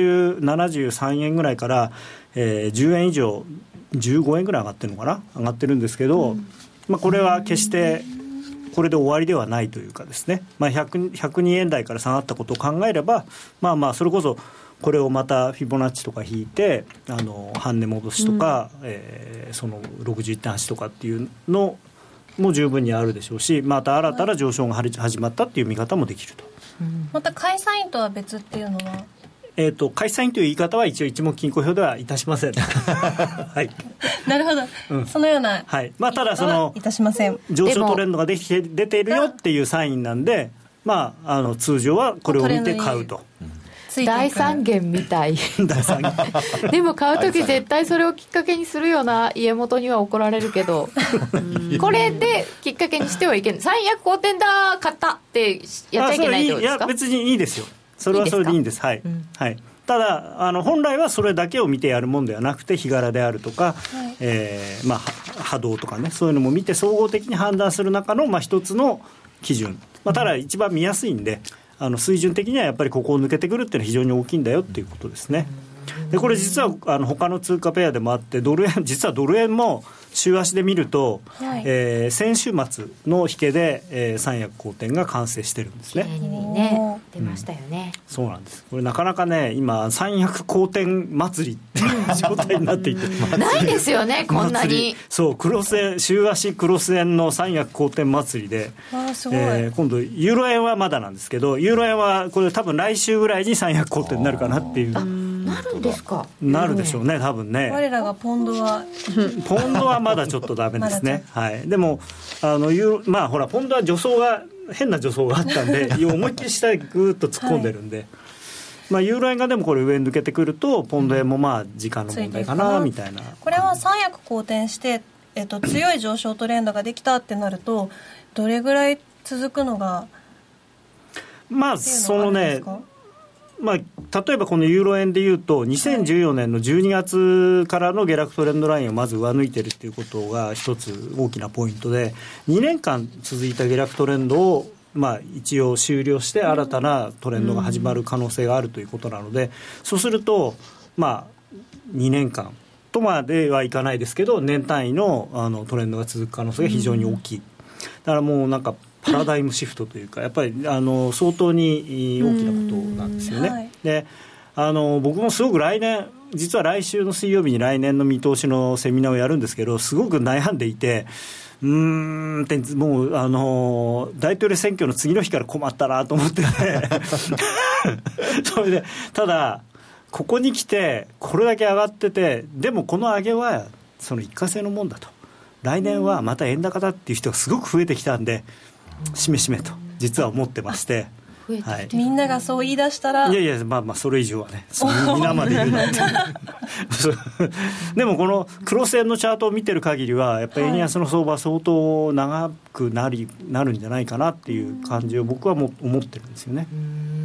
73円ぐらいから、10円以上15円ぐらい上がってるのかな、上がってるんですけど、これは決してこれで終わりではないというかですね、102円台から下がったことを考えれば、それこそこれをまたフィボナッチとか引いて半値戻しとか、その 61.8 とかっていうのも十分にあるでしょうし、また新たな上昇が始まったっていう見方もできると、 また買いサインとは別っていうのは買いサインという言い方は一応一目均衡表ではいたしませんはい、 なるほど、そのような、 はい、ただそのいたしません。 上昇トレンドが出ているよっていうサインなんで、通常はこれを見て買うと、 大三元みたいでも買うとき絶対それをきっかけにするような家元には怒られるけどこれできっかけにしてはいけない、三役好転だ買ったってやっちゃいけないってことですか。 いや別にいいですよ、それはそれでいいんです。はい、はい、ただ本来はそれだけを見てやるもんではなくて、日柄であるとか、波動とかね、そういうのも見て総合的に判断する中の一つの基準、ただ一番見やすいんで、水準的にはやっぱりここを抜けてくるっていうのは非常に大きいんだよっていうことですね。でこれ実は他の通貨ペアでもあって、実はドル円も週足で見ると、はい、先週末の引けで、三役好転が完成してるんですね。 ね出ましたよね、 そうなんです。これなかなかね今三役好転祭りっていう状態になっていてないですよねこんなに。 そうクロス円週足クロス円の三役好転祭りで、 すごい、 今度ユーロ円はまだなんですけどユーロ円はこれ多分来週ぐらいに三役好転になるかなっていう。 なるんですか。 なるでしょうね多分ね。 我らがポンドはまだちょっとダメですねはい、でもまあほらポンドは助走が変な助走があったんで思いっきり下へグーッと突っ込んでるんで、はい、まあ、ユーロ円がでもこれ上に抜けてくるとポンド円もまあ時間の問題かなみたいな。 これは三役好転して、強い上昇トレンドができたってなるとどれぐらい続くのがまあそのねまあ、例えばこのユーロ円でいうと2014年の12月からの下落トレンドラインをまず上抜いてるっていうことが一つ大きなポイントで2年間続いた下落トレンドをまあ一応終了して新たなトレンドが始まる可能性があるということなので、そうするとまあ2年間とまではいかないですけど年単位のトレンドが続く可能性が非常に大きい。だからもうなんかパラダイムシフトというかやっぱり相当に大きなことなんですよね、はい、で僕もすごく実は来週の水曜日に来年の見通しのセミナーをやるんですけどすごく悩んでいてってもう大統領選挙の次の日から困ったなと思ってねそれでただここに来てこれだけ上がっててでもこの上げはその一過性のもんだと来年はまた円高だっていう人がすごく増えてきたんでしめしめと実は思ってまして、 はい、みんながそう言い出したらいやまあそれ以上はね皆まで言うなんてでもこのクロス円のチャートを見てる限りはやっぱり円安の相場は相当長くなるんじゃないかなっていう感じを僕はも思ってるんですよね。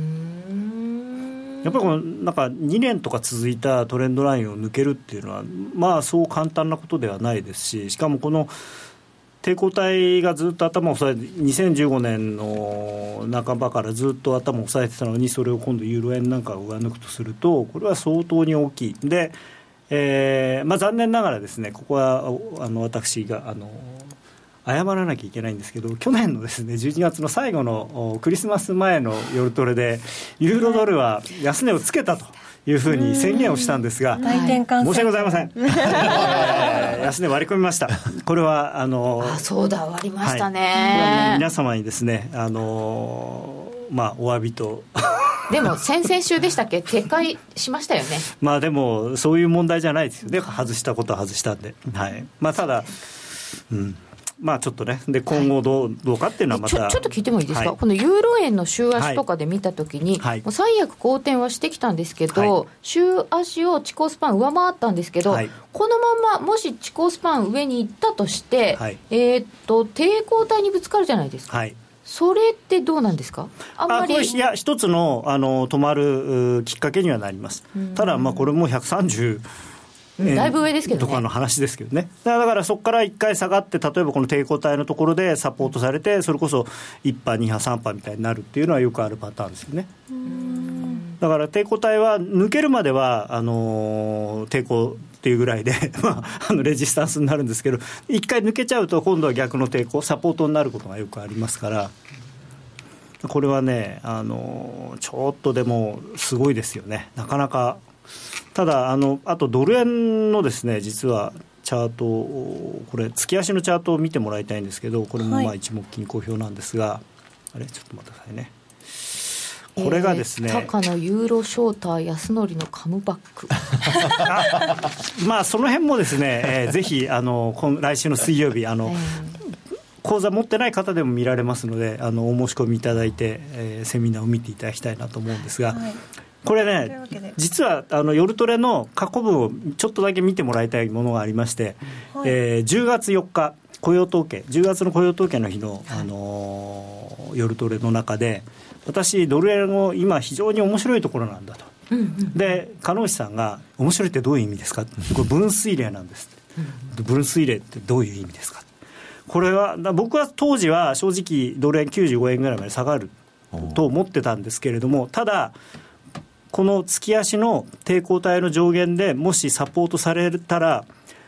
やっぱりこのなんか2年とか続いたトレンドラインを抜けるっていうのはまあそう簡単なことではないですしかもこの抵抗体がずっと頭を押さえて2015年の半ばからずっと頭を押さえてたのにそれを今度ユーロ円なんかを上抜くとするとこれは相当に大きいで、まあ、残念ながらですねここは私が謝らなきゃいけないんですけど去年のですね12月の最後のクリスマス前の夜トレでユーロドルは安値をつけたというふうに宣言をしたんですが申し訳ございません安値割り込みました。これはそうだ割りましたね、 はい、皆様にですねまあお詫びとでも先々週でしたっけ撤回しましたよねまあでもそういう問題じゃないですよね外したことは外したんで、はいまあ、ただまあちょっとねで今後どうかっていうのはまたちょっと聞いてもいいですか、はい、このユーロ円の週足とかで見たときに、はい、もう最悪好転はしてきたんですけど、はい、週足を地高スパン上回ったんですけど、はい、このままもし地高スパン上に行ったとして、はい抵抗体にぶつかるじゃないですか、はい、それってどうなんですか。あんまりいや一つの止まるきっかけにはなります。ただまあこれも130 だいぶ上ですけどねとかの話ですけどね。だからそこから1回下がって例えばこの抵抗体のところでサポートされてそれこそ1波2波3波みたいになるっていうのはよくあるパターンですよね。だから抵抗体は抜けるまでは抵抗っていうぐらいでレジスタンスになるんですけど1回抜けちゃうと今度は逆の抵抗サポートになることがよくありますからこれはねちょっとでもすごいですよね。なかなかただあとドル円のですね実はチャートこれ月足のチャートを見てもらいたいんですけどこれもまあ一目金好評なんですが、あれちょっと待ってくださいね。これがですね、 高野ユーロショーター安則のカムバックまあその辺もですね、ぜひ来週の水曜日講座持ってない方でも見られますのでお申し込みいただいて、セミナーを見ていただきたいなと思うんですが、はい、これね実は夜トレの過去文をちょっとだけ見てもらいたいものがありまして、はい10月4日雇用統計10月の雇用統計の日の、夜トレの中で私ドル円を今非常に面白いところなんだと、で鹿野内さんが面白いってどういう意味ですかこれ分水嶺なんです、分水嶺ってどういう意味ですか。これは僕は当時は正直ドル円95円ぐらいまで下がると思ってたんですけれどもただこの月足の抵抗体の上限でもしサポートされたら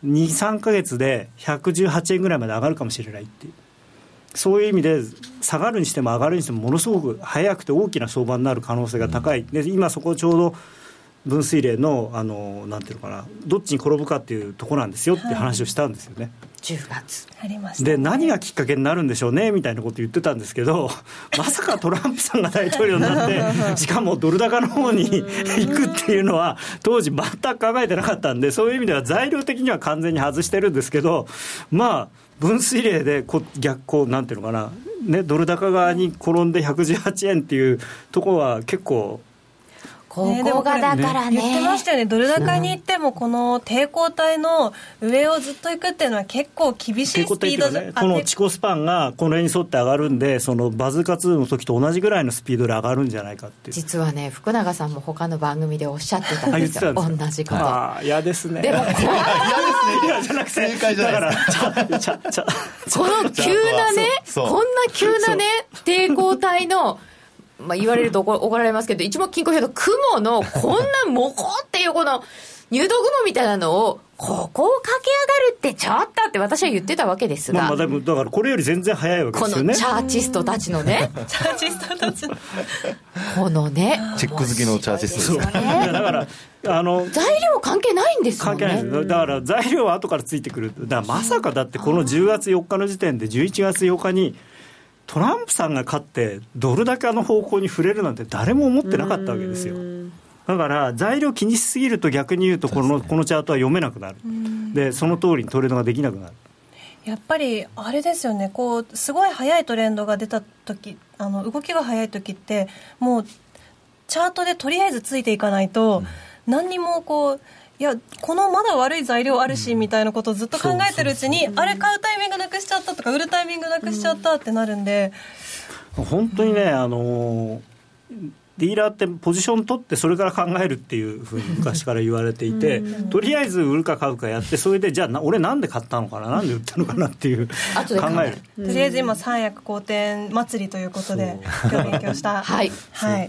2、3ヶ月で118円ぐらいまで上がるかもしれないっていう、そういう意味で下がるにしても上がるにしてもものすごく早くて大きな相場になる可能性が高い。で今そこちょうど分水嶺のなんていうのかな、どっちに転ぶかっていうところなんですよっていう話をしたんですよね、 10月ありましたね。 で何がきっかけになるんでしょうねみたいなこと言ってたんですけどまさかトランプさんが大統領になってしかもドル高の方に行くっていうのは当時全く考えてなかったんで、そういう意味では材料的には完全に外してるんですけど、まあ分水嶺で逆なんていうのかな、ね、ドル高側に転んで118円っていうところは結構ここがだからね、 言ってましたよね、ドル高に行ってもこの抵抗体の上をずっと行くっていうのは結構厳しいスピードで、 ね、この地高スパンがこの辺に沿って上がるんで、そのバズ活の時と同じぐらいのスピードで上がるんじゃないかっていう。 実はね、福永さんも他の番組でおっしゃってたんですよ、同じこと。 ああ嫌ですね。 でも嫌じゃなくて正解じゃないですか。この急なね、こんな急なね抵抗体の言われると怒られますけど、一目均衡表の雲のこんなモコっていうこの入道雲みたいなのをここを駆け上がるってちょっとって私は言ってたわけですが、 でもだからこれより全然早いわけですよね。 このチャーチストたちのねチャーチストたちのこのねチェック好きのチャーチストですね。だから材料関係ないんですよね。 関係ないです。だから材料は後からついてくる。だからまさかだってこの10月4日の時点で11月8日にトランプさんが勝ってドル高の方向に触れるなんて誰も思ってなかったわけですよ。だから材料気にしすぎると逆に言うとこのチャートは読めなくなる。でその通りにトレードができなくなる。 やっぱりあれですよね、こうすごい速いトレンドが出た時、動きが速い時ってもうチャートでとりあえずついていかないと、何にもこういやこのまだ悪い材料あるしみたいなことをずっと考えてるうちに、あれ買うタイミングなくしちゃったとか売るタイミングなくしちゃったってなるんで、 本当にねディーラーってポジション取ってそれから考えるっていうふうに昔から言われていてとりあえず売るか買うかやって、それでじゃあ俺なんで買ったのかな、なんで売ったのかなっていう考える。 とりあえず今三役好転祭りということで今日勉強したはい、はい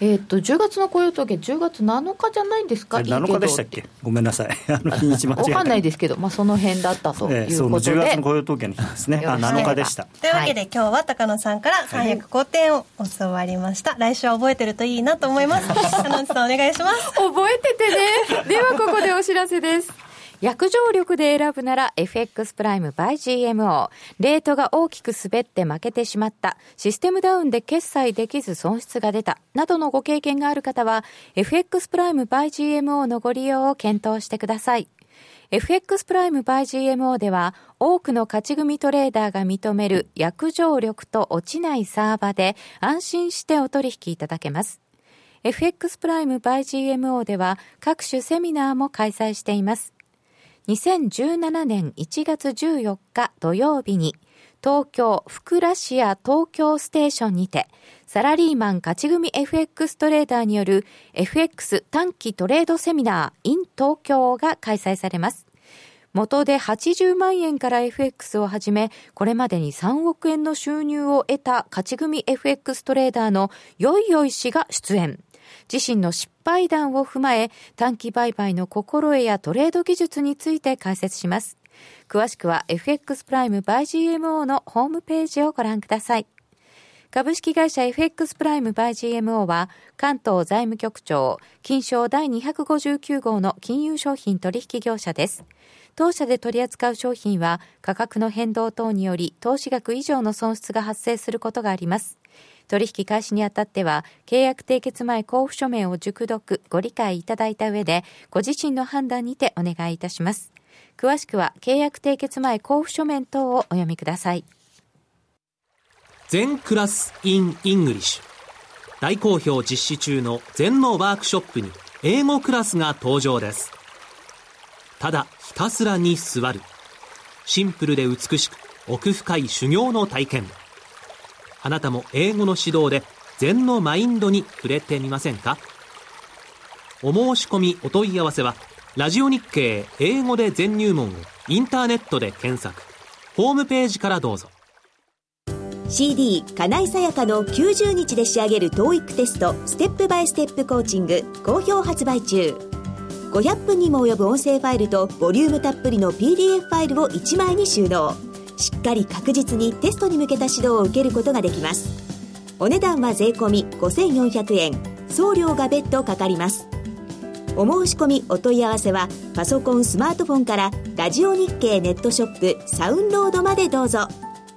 10月の雇用統計10月7日じゃないんですか。 7日でしたっけ、ごめんなさい日にち間違えた。 分かんないですけど、その辺だったということで、 その10月の雇用統計の日ですね。7日でした。 というわけで、今日は高野さんから三役好転を教わりました。来週は覚えてるといいなと思います。高野さんお願いします。 覚えててね。ではここでお知らせです。約定力で選ぶなら FX プライム by GMO。 レートが大きく滑って負けてしまった、システムダウンで決済できず損失が出たなどのご経験がある方は FX プライム by GMO のご利用を検討してください。 FX プライム by GMO では多くの勝ち組トレーダーが認める約定力と落ちないサーバで安心してお取引いただけます。 FX プライム by GMO では各種セミナーも開催しています。2017年1月14日土曜日に東京フクラシア東京ステーションにてサラリーマン勝ち組 FX トレーダーによる FX 短期トレードセミナー in 東京が開催されます。元で80万円から FX を始め、これまでに3億円の収入を得た勝ち組 FX トレーダーのよいよい氏が出演。自身の失敗談を踏まえ、短期売買の心得やトレード技術について解説します。詳しくは FX プライム by GMO のホームページをご覧ください。株式会社 FX プライム by GMO は関東財務局長金商第259号の金融商品取引業者です。当社で取り扱う商品は価格の変動等により投資額以上の損失が発生することがあります。取引開始にあたっては契約締結前交付書面を熟読ご理解いただいた上でご自身の判断にてお願いいたします。詳しくは契約締結前交付書面等をお読みください。 全クラス in イングリッシュ大好評実施中の全のワークショップに英語クラスが登場です。ただひたすらに座るシンプルで美しく奥深い修行の体験。あなたも英語の指導で禅のマインドに触れてみませんか。お申し込みお問い合わせはラジオ日経英語で禅入門をインターネットで検索、ホームページからどうぞ。 CD 金井さやかの90日で仕上げる TOEIC テストステップバイステップコーチング好評発売中。 500分にも及ぶ音声ファイルとボリュームたっぷりの PDF ファイルを1枚に収納。しっかり確実にテストに向けた指導を受けることができます。お値段は税込み5400円、送料が別途かかります。お申し込みお問い合わせはパソコンスマートフォンからラジオ日経ネットショップサウンロードまでどうぞ。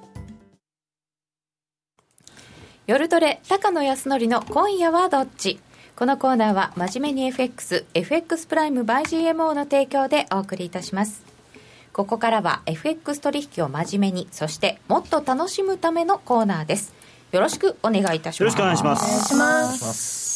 夜トレ高野康則の今夜はどっち。このコーナーは真面目に FX プライム by GMO の提供でお送りいたします。ここからは FX 取引を真面目に、そしてもっと楽しむためのコーナーです。よろしくお願いいたします。 よろしくお願いします。 お願いします。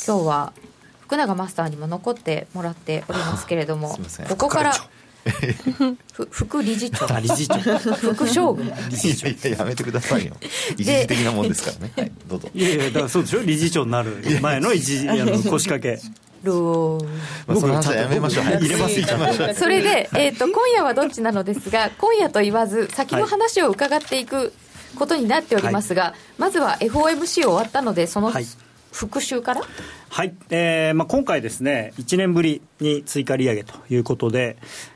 今日は福永マスターにも残ってもらっておりますけれども、ここから副理事長副将軍いややめてくださいよ。一時的なもんですからね。はい、どうぞ。 いやだからそうでしょ、理事長になる前の腰掛けその話はやめましょう。入れますいきましょう。 それで、今夜はどっちなのですが、今夜と言わず先の話を伺っていくことになっておりますが、まずは FOMC 終わったのでその復習から。 はい、今回ですね1年ぶりに追加利上げということで、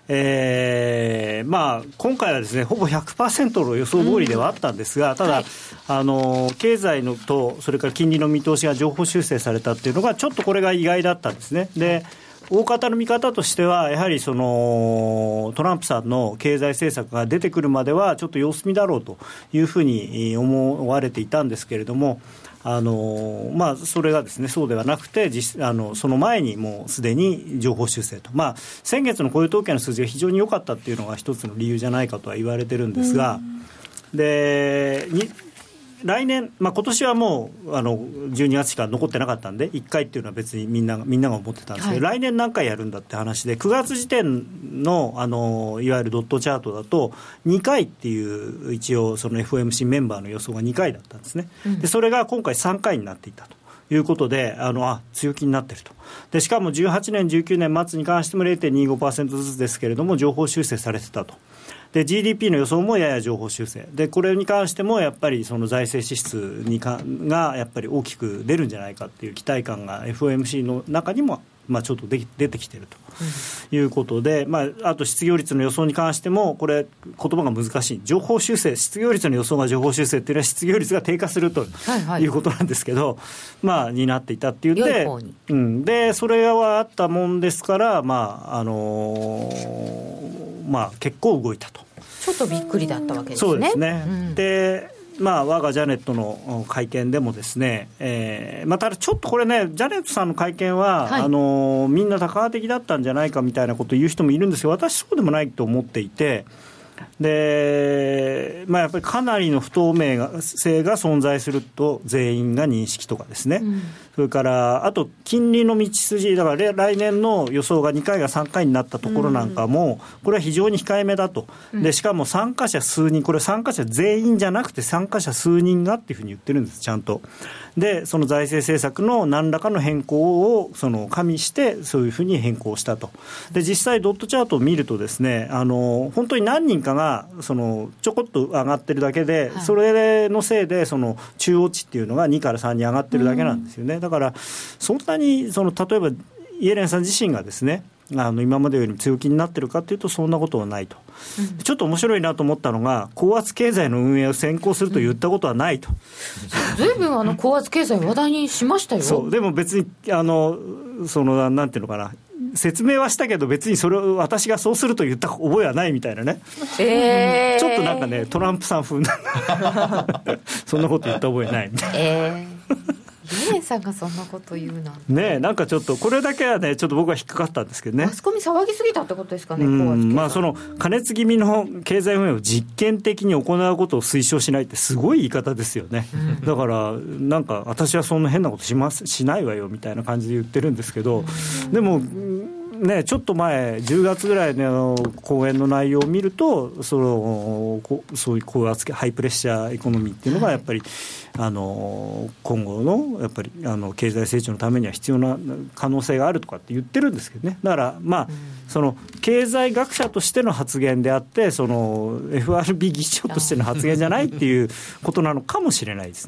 今回はですねほぼ 100% の予想通りではあったんですが、ただ、経済のとそれから金利の見通しが上方修正されたっていうのがちょっとこれが意外だったんですね。で大方の見方としてはやはりそのトランプさんの経済政策が出てくるまではちょっと様子見だろうというふうに思われていたんですけれども、それがですねそうではなくてその前にもうすでに上方修正と、先月の雇用統計の数字が非常に良かったっていうのが一つの理由じゃないかとは言われてるんですが、で来年、今年はもう12月しか残ってなかったんで1回っていうのは別にみんなが思ってたんですけど、来年何回やるんだって話で9月時点の、いわゆるドットチャートだと2回っていう一応その FOMC メンバーの予想が2回だったんですね。でそれが今回3回になっていたということで強気になっていると。でしかも18年19年末に関しても 0.25% ずつですけれども上方修正されてたと。で GDP の予想もやや上方修正で、これに関してもやっぱりその財政支出がやっぱり大きく出るんじゃないかっていう期待感が FOMC の中にもちょっと出てきているということで、あと失業率の予想に関してもこれ言葉が難しい、上方修正、失業率の予想が上方修正っていうのは失業率が低下するということなんですけど、になっていたっていうんで、でそれはあったもんですから結構動いたと。 ちょっとびっくりだったわけですね。 そうですね、で我がジャネットの会見でもですね、ただちょっとこれねジャネットさんの会見は、みんな多感的だったんじゃないかみたいなことを言う人もいるんですけど、私そうでもないと思っていて、でやっぱりかなりの不透明性が存在すると全員が認識とかですね、それからあと金利の道筋だから来年の予想が2回が3回になったところなんかも、これは非常に控えめだと。でしかも参加者数人、これ参加者全員じゃなくて参加者数人がっていうふうに言ってるんですちゃんと。でその財政政策の何らかの変更を加味してそういうふうに変更したと。で実際ドットチャートを見るとですね本当に何人かがちょこっと上がってるだけで、それのせいでその中央値っていうのが2から3に上がってるだけなんですよね。だからそんなに例えばイエレンさん自身がですね今までよりも強気になってるかというとそんなことはないと、ちょっと面白いなと思ったのが高圧経済の運営を先行すると言ったことはないと。 ずいぶん高圧経済話題にしましたよ。 そうでも別になんていうのかな、説明はしたけど別にそれを私がそうすると言った覚えはないみたいなね、ちょっとなんかねトランプさん風なそんなこと言った覚えないみたいな、 イエレンさんがそんなこと言うなんてね、なんかちょっとこれだけはねちょっと僕は引っかかったんですけどね。 マスコミ騒ぎすぎたってことですかね。 その加熱気味の経済運営を実験的に行うことを推奨しないってすごい言い方ですよね、だからなんか私はそんな変なことしないわよみたいな感じで言ってるんですけど、でもね、ちょっと前10月ぐらいの講演の内容を見るとそういう高圧ハイプレッシャーエコノミーっていうのがやっぱり、今後のやっぱり経済成長のためには必要な可能性があるとかって言ってるんですけどね。だからその経済学者としての発言であってその FRB 議長としての発言じゃないっていうことなのかもしれないですね。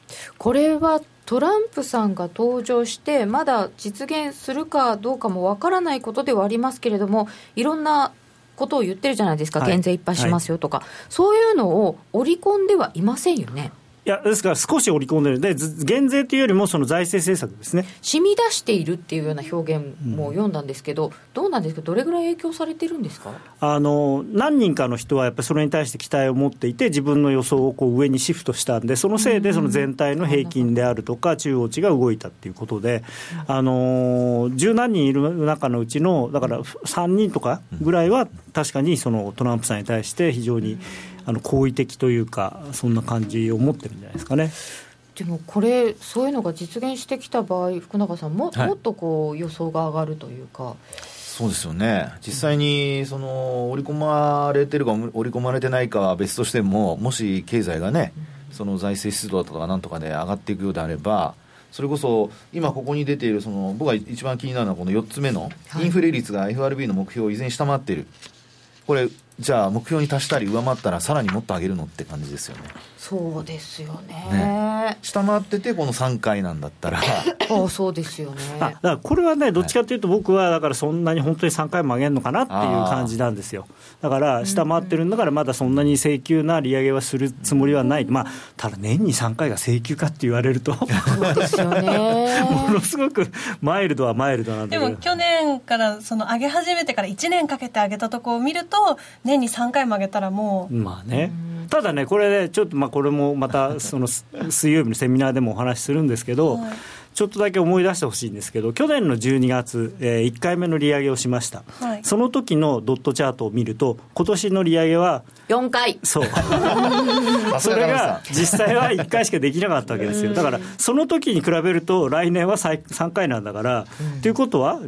これはトランプさんが登場してまだ実現するかどうかもわからないことではありますけれども、いろんなことを言ってるじゃないですか、減税いっぱいしますよとか、そういうのを織り込んではいませんよね。 いや、ですから少し織り込んでるで、減税というよりもその財政政策ですね、 染み出しているっていうような表現も読んだんですけど、どうなんですか、どれぐらい影響されてるんですか。 何人かの人はやっぱりそれに対して期待を持っていて、自分の予想をこう上にシフトしたんで、そのせいでその全体の平均であるとか中央値が動いたっていうことで、十何人いる中のうちのだから3人とかぐらいは確かにそのトランプさんに対して非常に好意的というか、そんな感じを持ってるんじゃないですかね。 でもこれ、そういうのが実現してきた場合、福永さん もっとこう予想が上がるというか。 そうですよね。実際にその織り込まれてるか織り込まれてないかは別としても、もし経済がね、その財政出動だとかなんとかで上がっていくようであれば、それこそ今ここに出ている僕が一番気になるのはこの4つ目のインフレ率が FRB の目標を依然下回っている。これじゃあ目標に達したり上回ったらさらにもっと上げるのって感じですよね。 そうですよ ね。 下回っててこの3回なんだったらそうですよね。 だからこれはね、どっちかというと僕はだからそんなに本当に3回も上げるのかなっていう感じなんですよ。だから下回ってるんだからまだそんなに請求な利上げはするつもりはない、ただ年に3回が請求かって言われるとそうですよねものすごくマイルドはマイルドなんだけど、 でも去年からその上げ始めてから1年かけて上げたところを見ると年に3回も上げたらもうただね、これね、ちょっとこれもまたその水曜日のセミナーでもお話しするんですけど、ちょっとだけ思い出してほしいんですけど、去年の12月、1回目の利上げをしました、その時のドットチャートを見ると今年の利上げは 4回そうそれが実際は1回しかできなかったわけですよ。だからその時に比べると来年は3回なんだから、ということは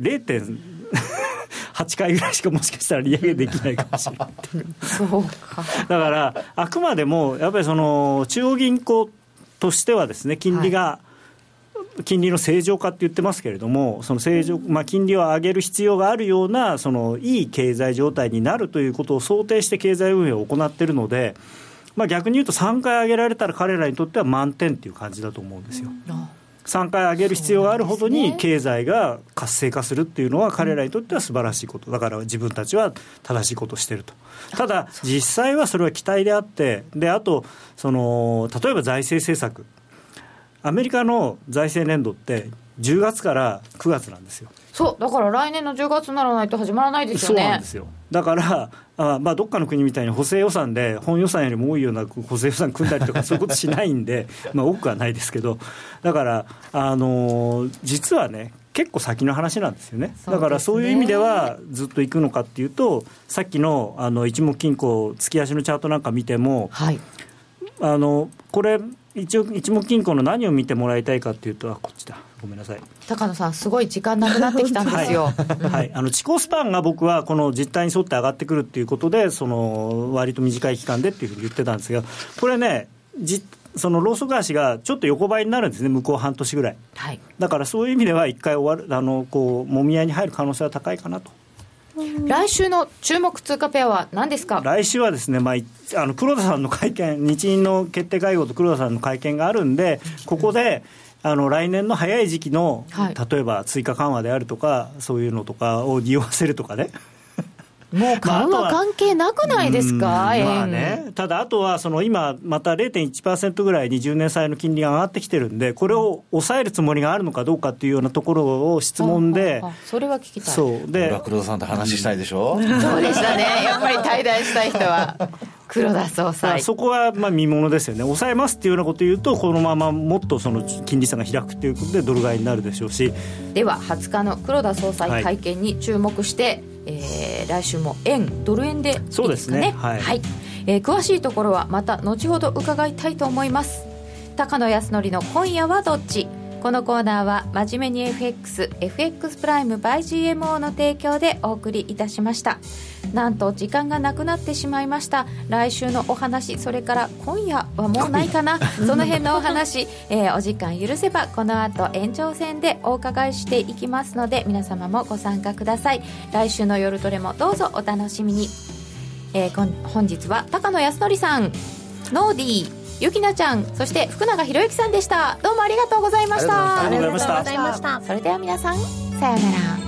0.8 回ぐらいしかもしかしたら利上げできないかもしれないそうか。 だからあくまでもやっぱりその中央銀行としてはですね、金利の正常化って言ってますけれども、その正常、金利を上げる必要があるようなそのいい経済状態になるということを想定して経済運営を行っているので、逆に言うと3回上げられたら彼らにとっては満点っていう感じだと思うんですよ。3回上げる必要があるほどに経済が活性化するっていうのは彼らにとっては素晴らしいことだから、自分たちは正しいことをしていると。ただ実際はそれは期待であって、であとその例えば財政政策、アメリカの財政年度って10月から9月なんですよ。 そうだから来年の10月にならないと始まらないですよね。 そうなんですよ。だからどっかの国みたいに補正予算で本予算よりも多いような補正予算組んだりとかそういうことしないんで多くはないですけど、だから実はね結構先の話なんですよね。だからそういう意味ではずっと行くのかっていうと、さっきの一目金庫月足のチャートなんか見ても、これ一目金庫の何を見てもらいたいかっていうと、こっちだ、ごめんなさい、 高野さんすごい時間なくなってきたんですよ地高スパンが僕はこの実態に沿って上がってくるっていうことで、その割と短い期間でっていうふうに言ってたんですが、これねそのローソク足がちょっと横ばいになるんですね、向こう半年ぐらい、だからそういう意味では一回終わるもみ合いに入る可能性は高いかなと。 来週の注目通貨ペアは何ですか。 来週はですね、黒田さんの会見、日銀の決定会合と黒田さんの会見があるんで、ここで来年の早い時期の、例えば追加緩和であるとかそういうのとかを利用せるとかねもう緩和関係なくないですか。 ただあとは今また 0.1% ぐらい20年債の金利が上がってきてるんで、これを抑えるつもりがあるのかどうかっていうようなところを質問で、 それは聞きたい。 そうで黒田さんと話したいでしょ、 そうでしたねやっぱり対談したい人は黒田総裁、 そこは見ものですよね。抑えますっていうようなことを言うと、このままもっとその金利差が開くということでドル買いになるでしょうし、 では20日の黒田総裁会見に注目して、来週もドル円でいいですかね。 そうですね、 詳しいところはまた後ほど伺いたいと思います。高野康則の今夜はどっち。このコーナーは真面目に FX プライム by GMO の提供でお送りいたしました。なんと時間がなくなってしまいました。来週のお話、それから今夜はもうないかなその辺のお話、お時間許せばこの後延長戦でお伺いしていきますので、皆様もご参加ください。来週の夜トレもどうぞお楽しみに。本日は高野康則さん、ノーディーゆきなちゃん、そして福永博之さんでした。どうもありがとうございました。 ありがとうございました。 それでは皆さん、さようなら。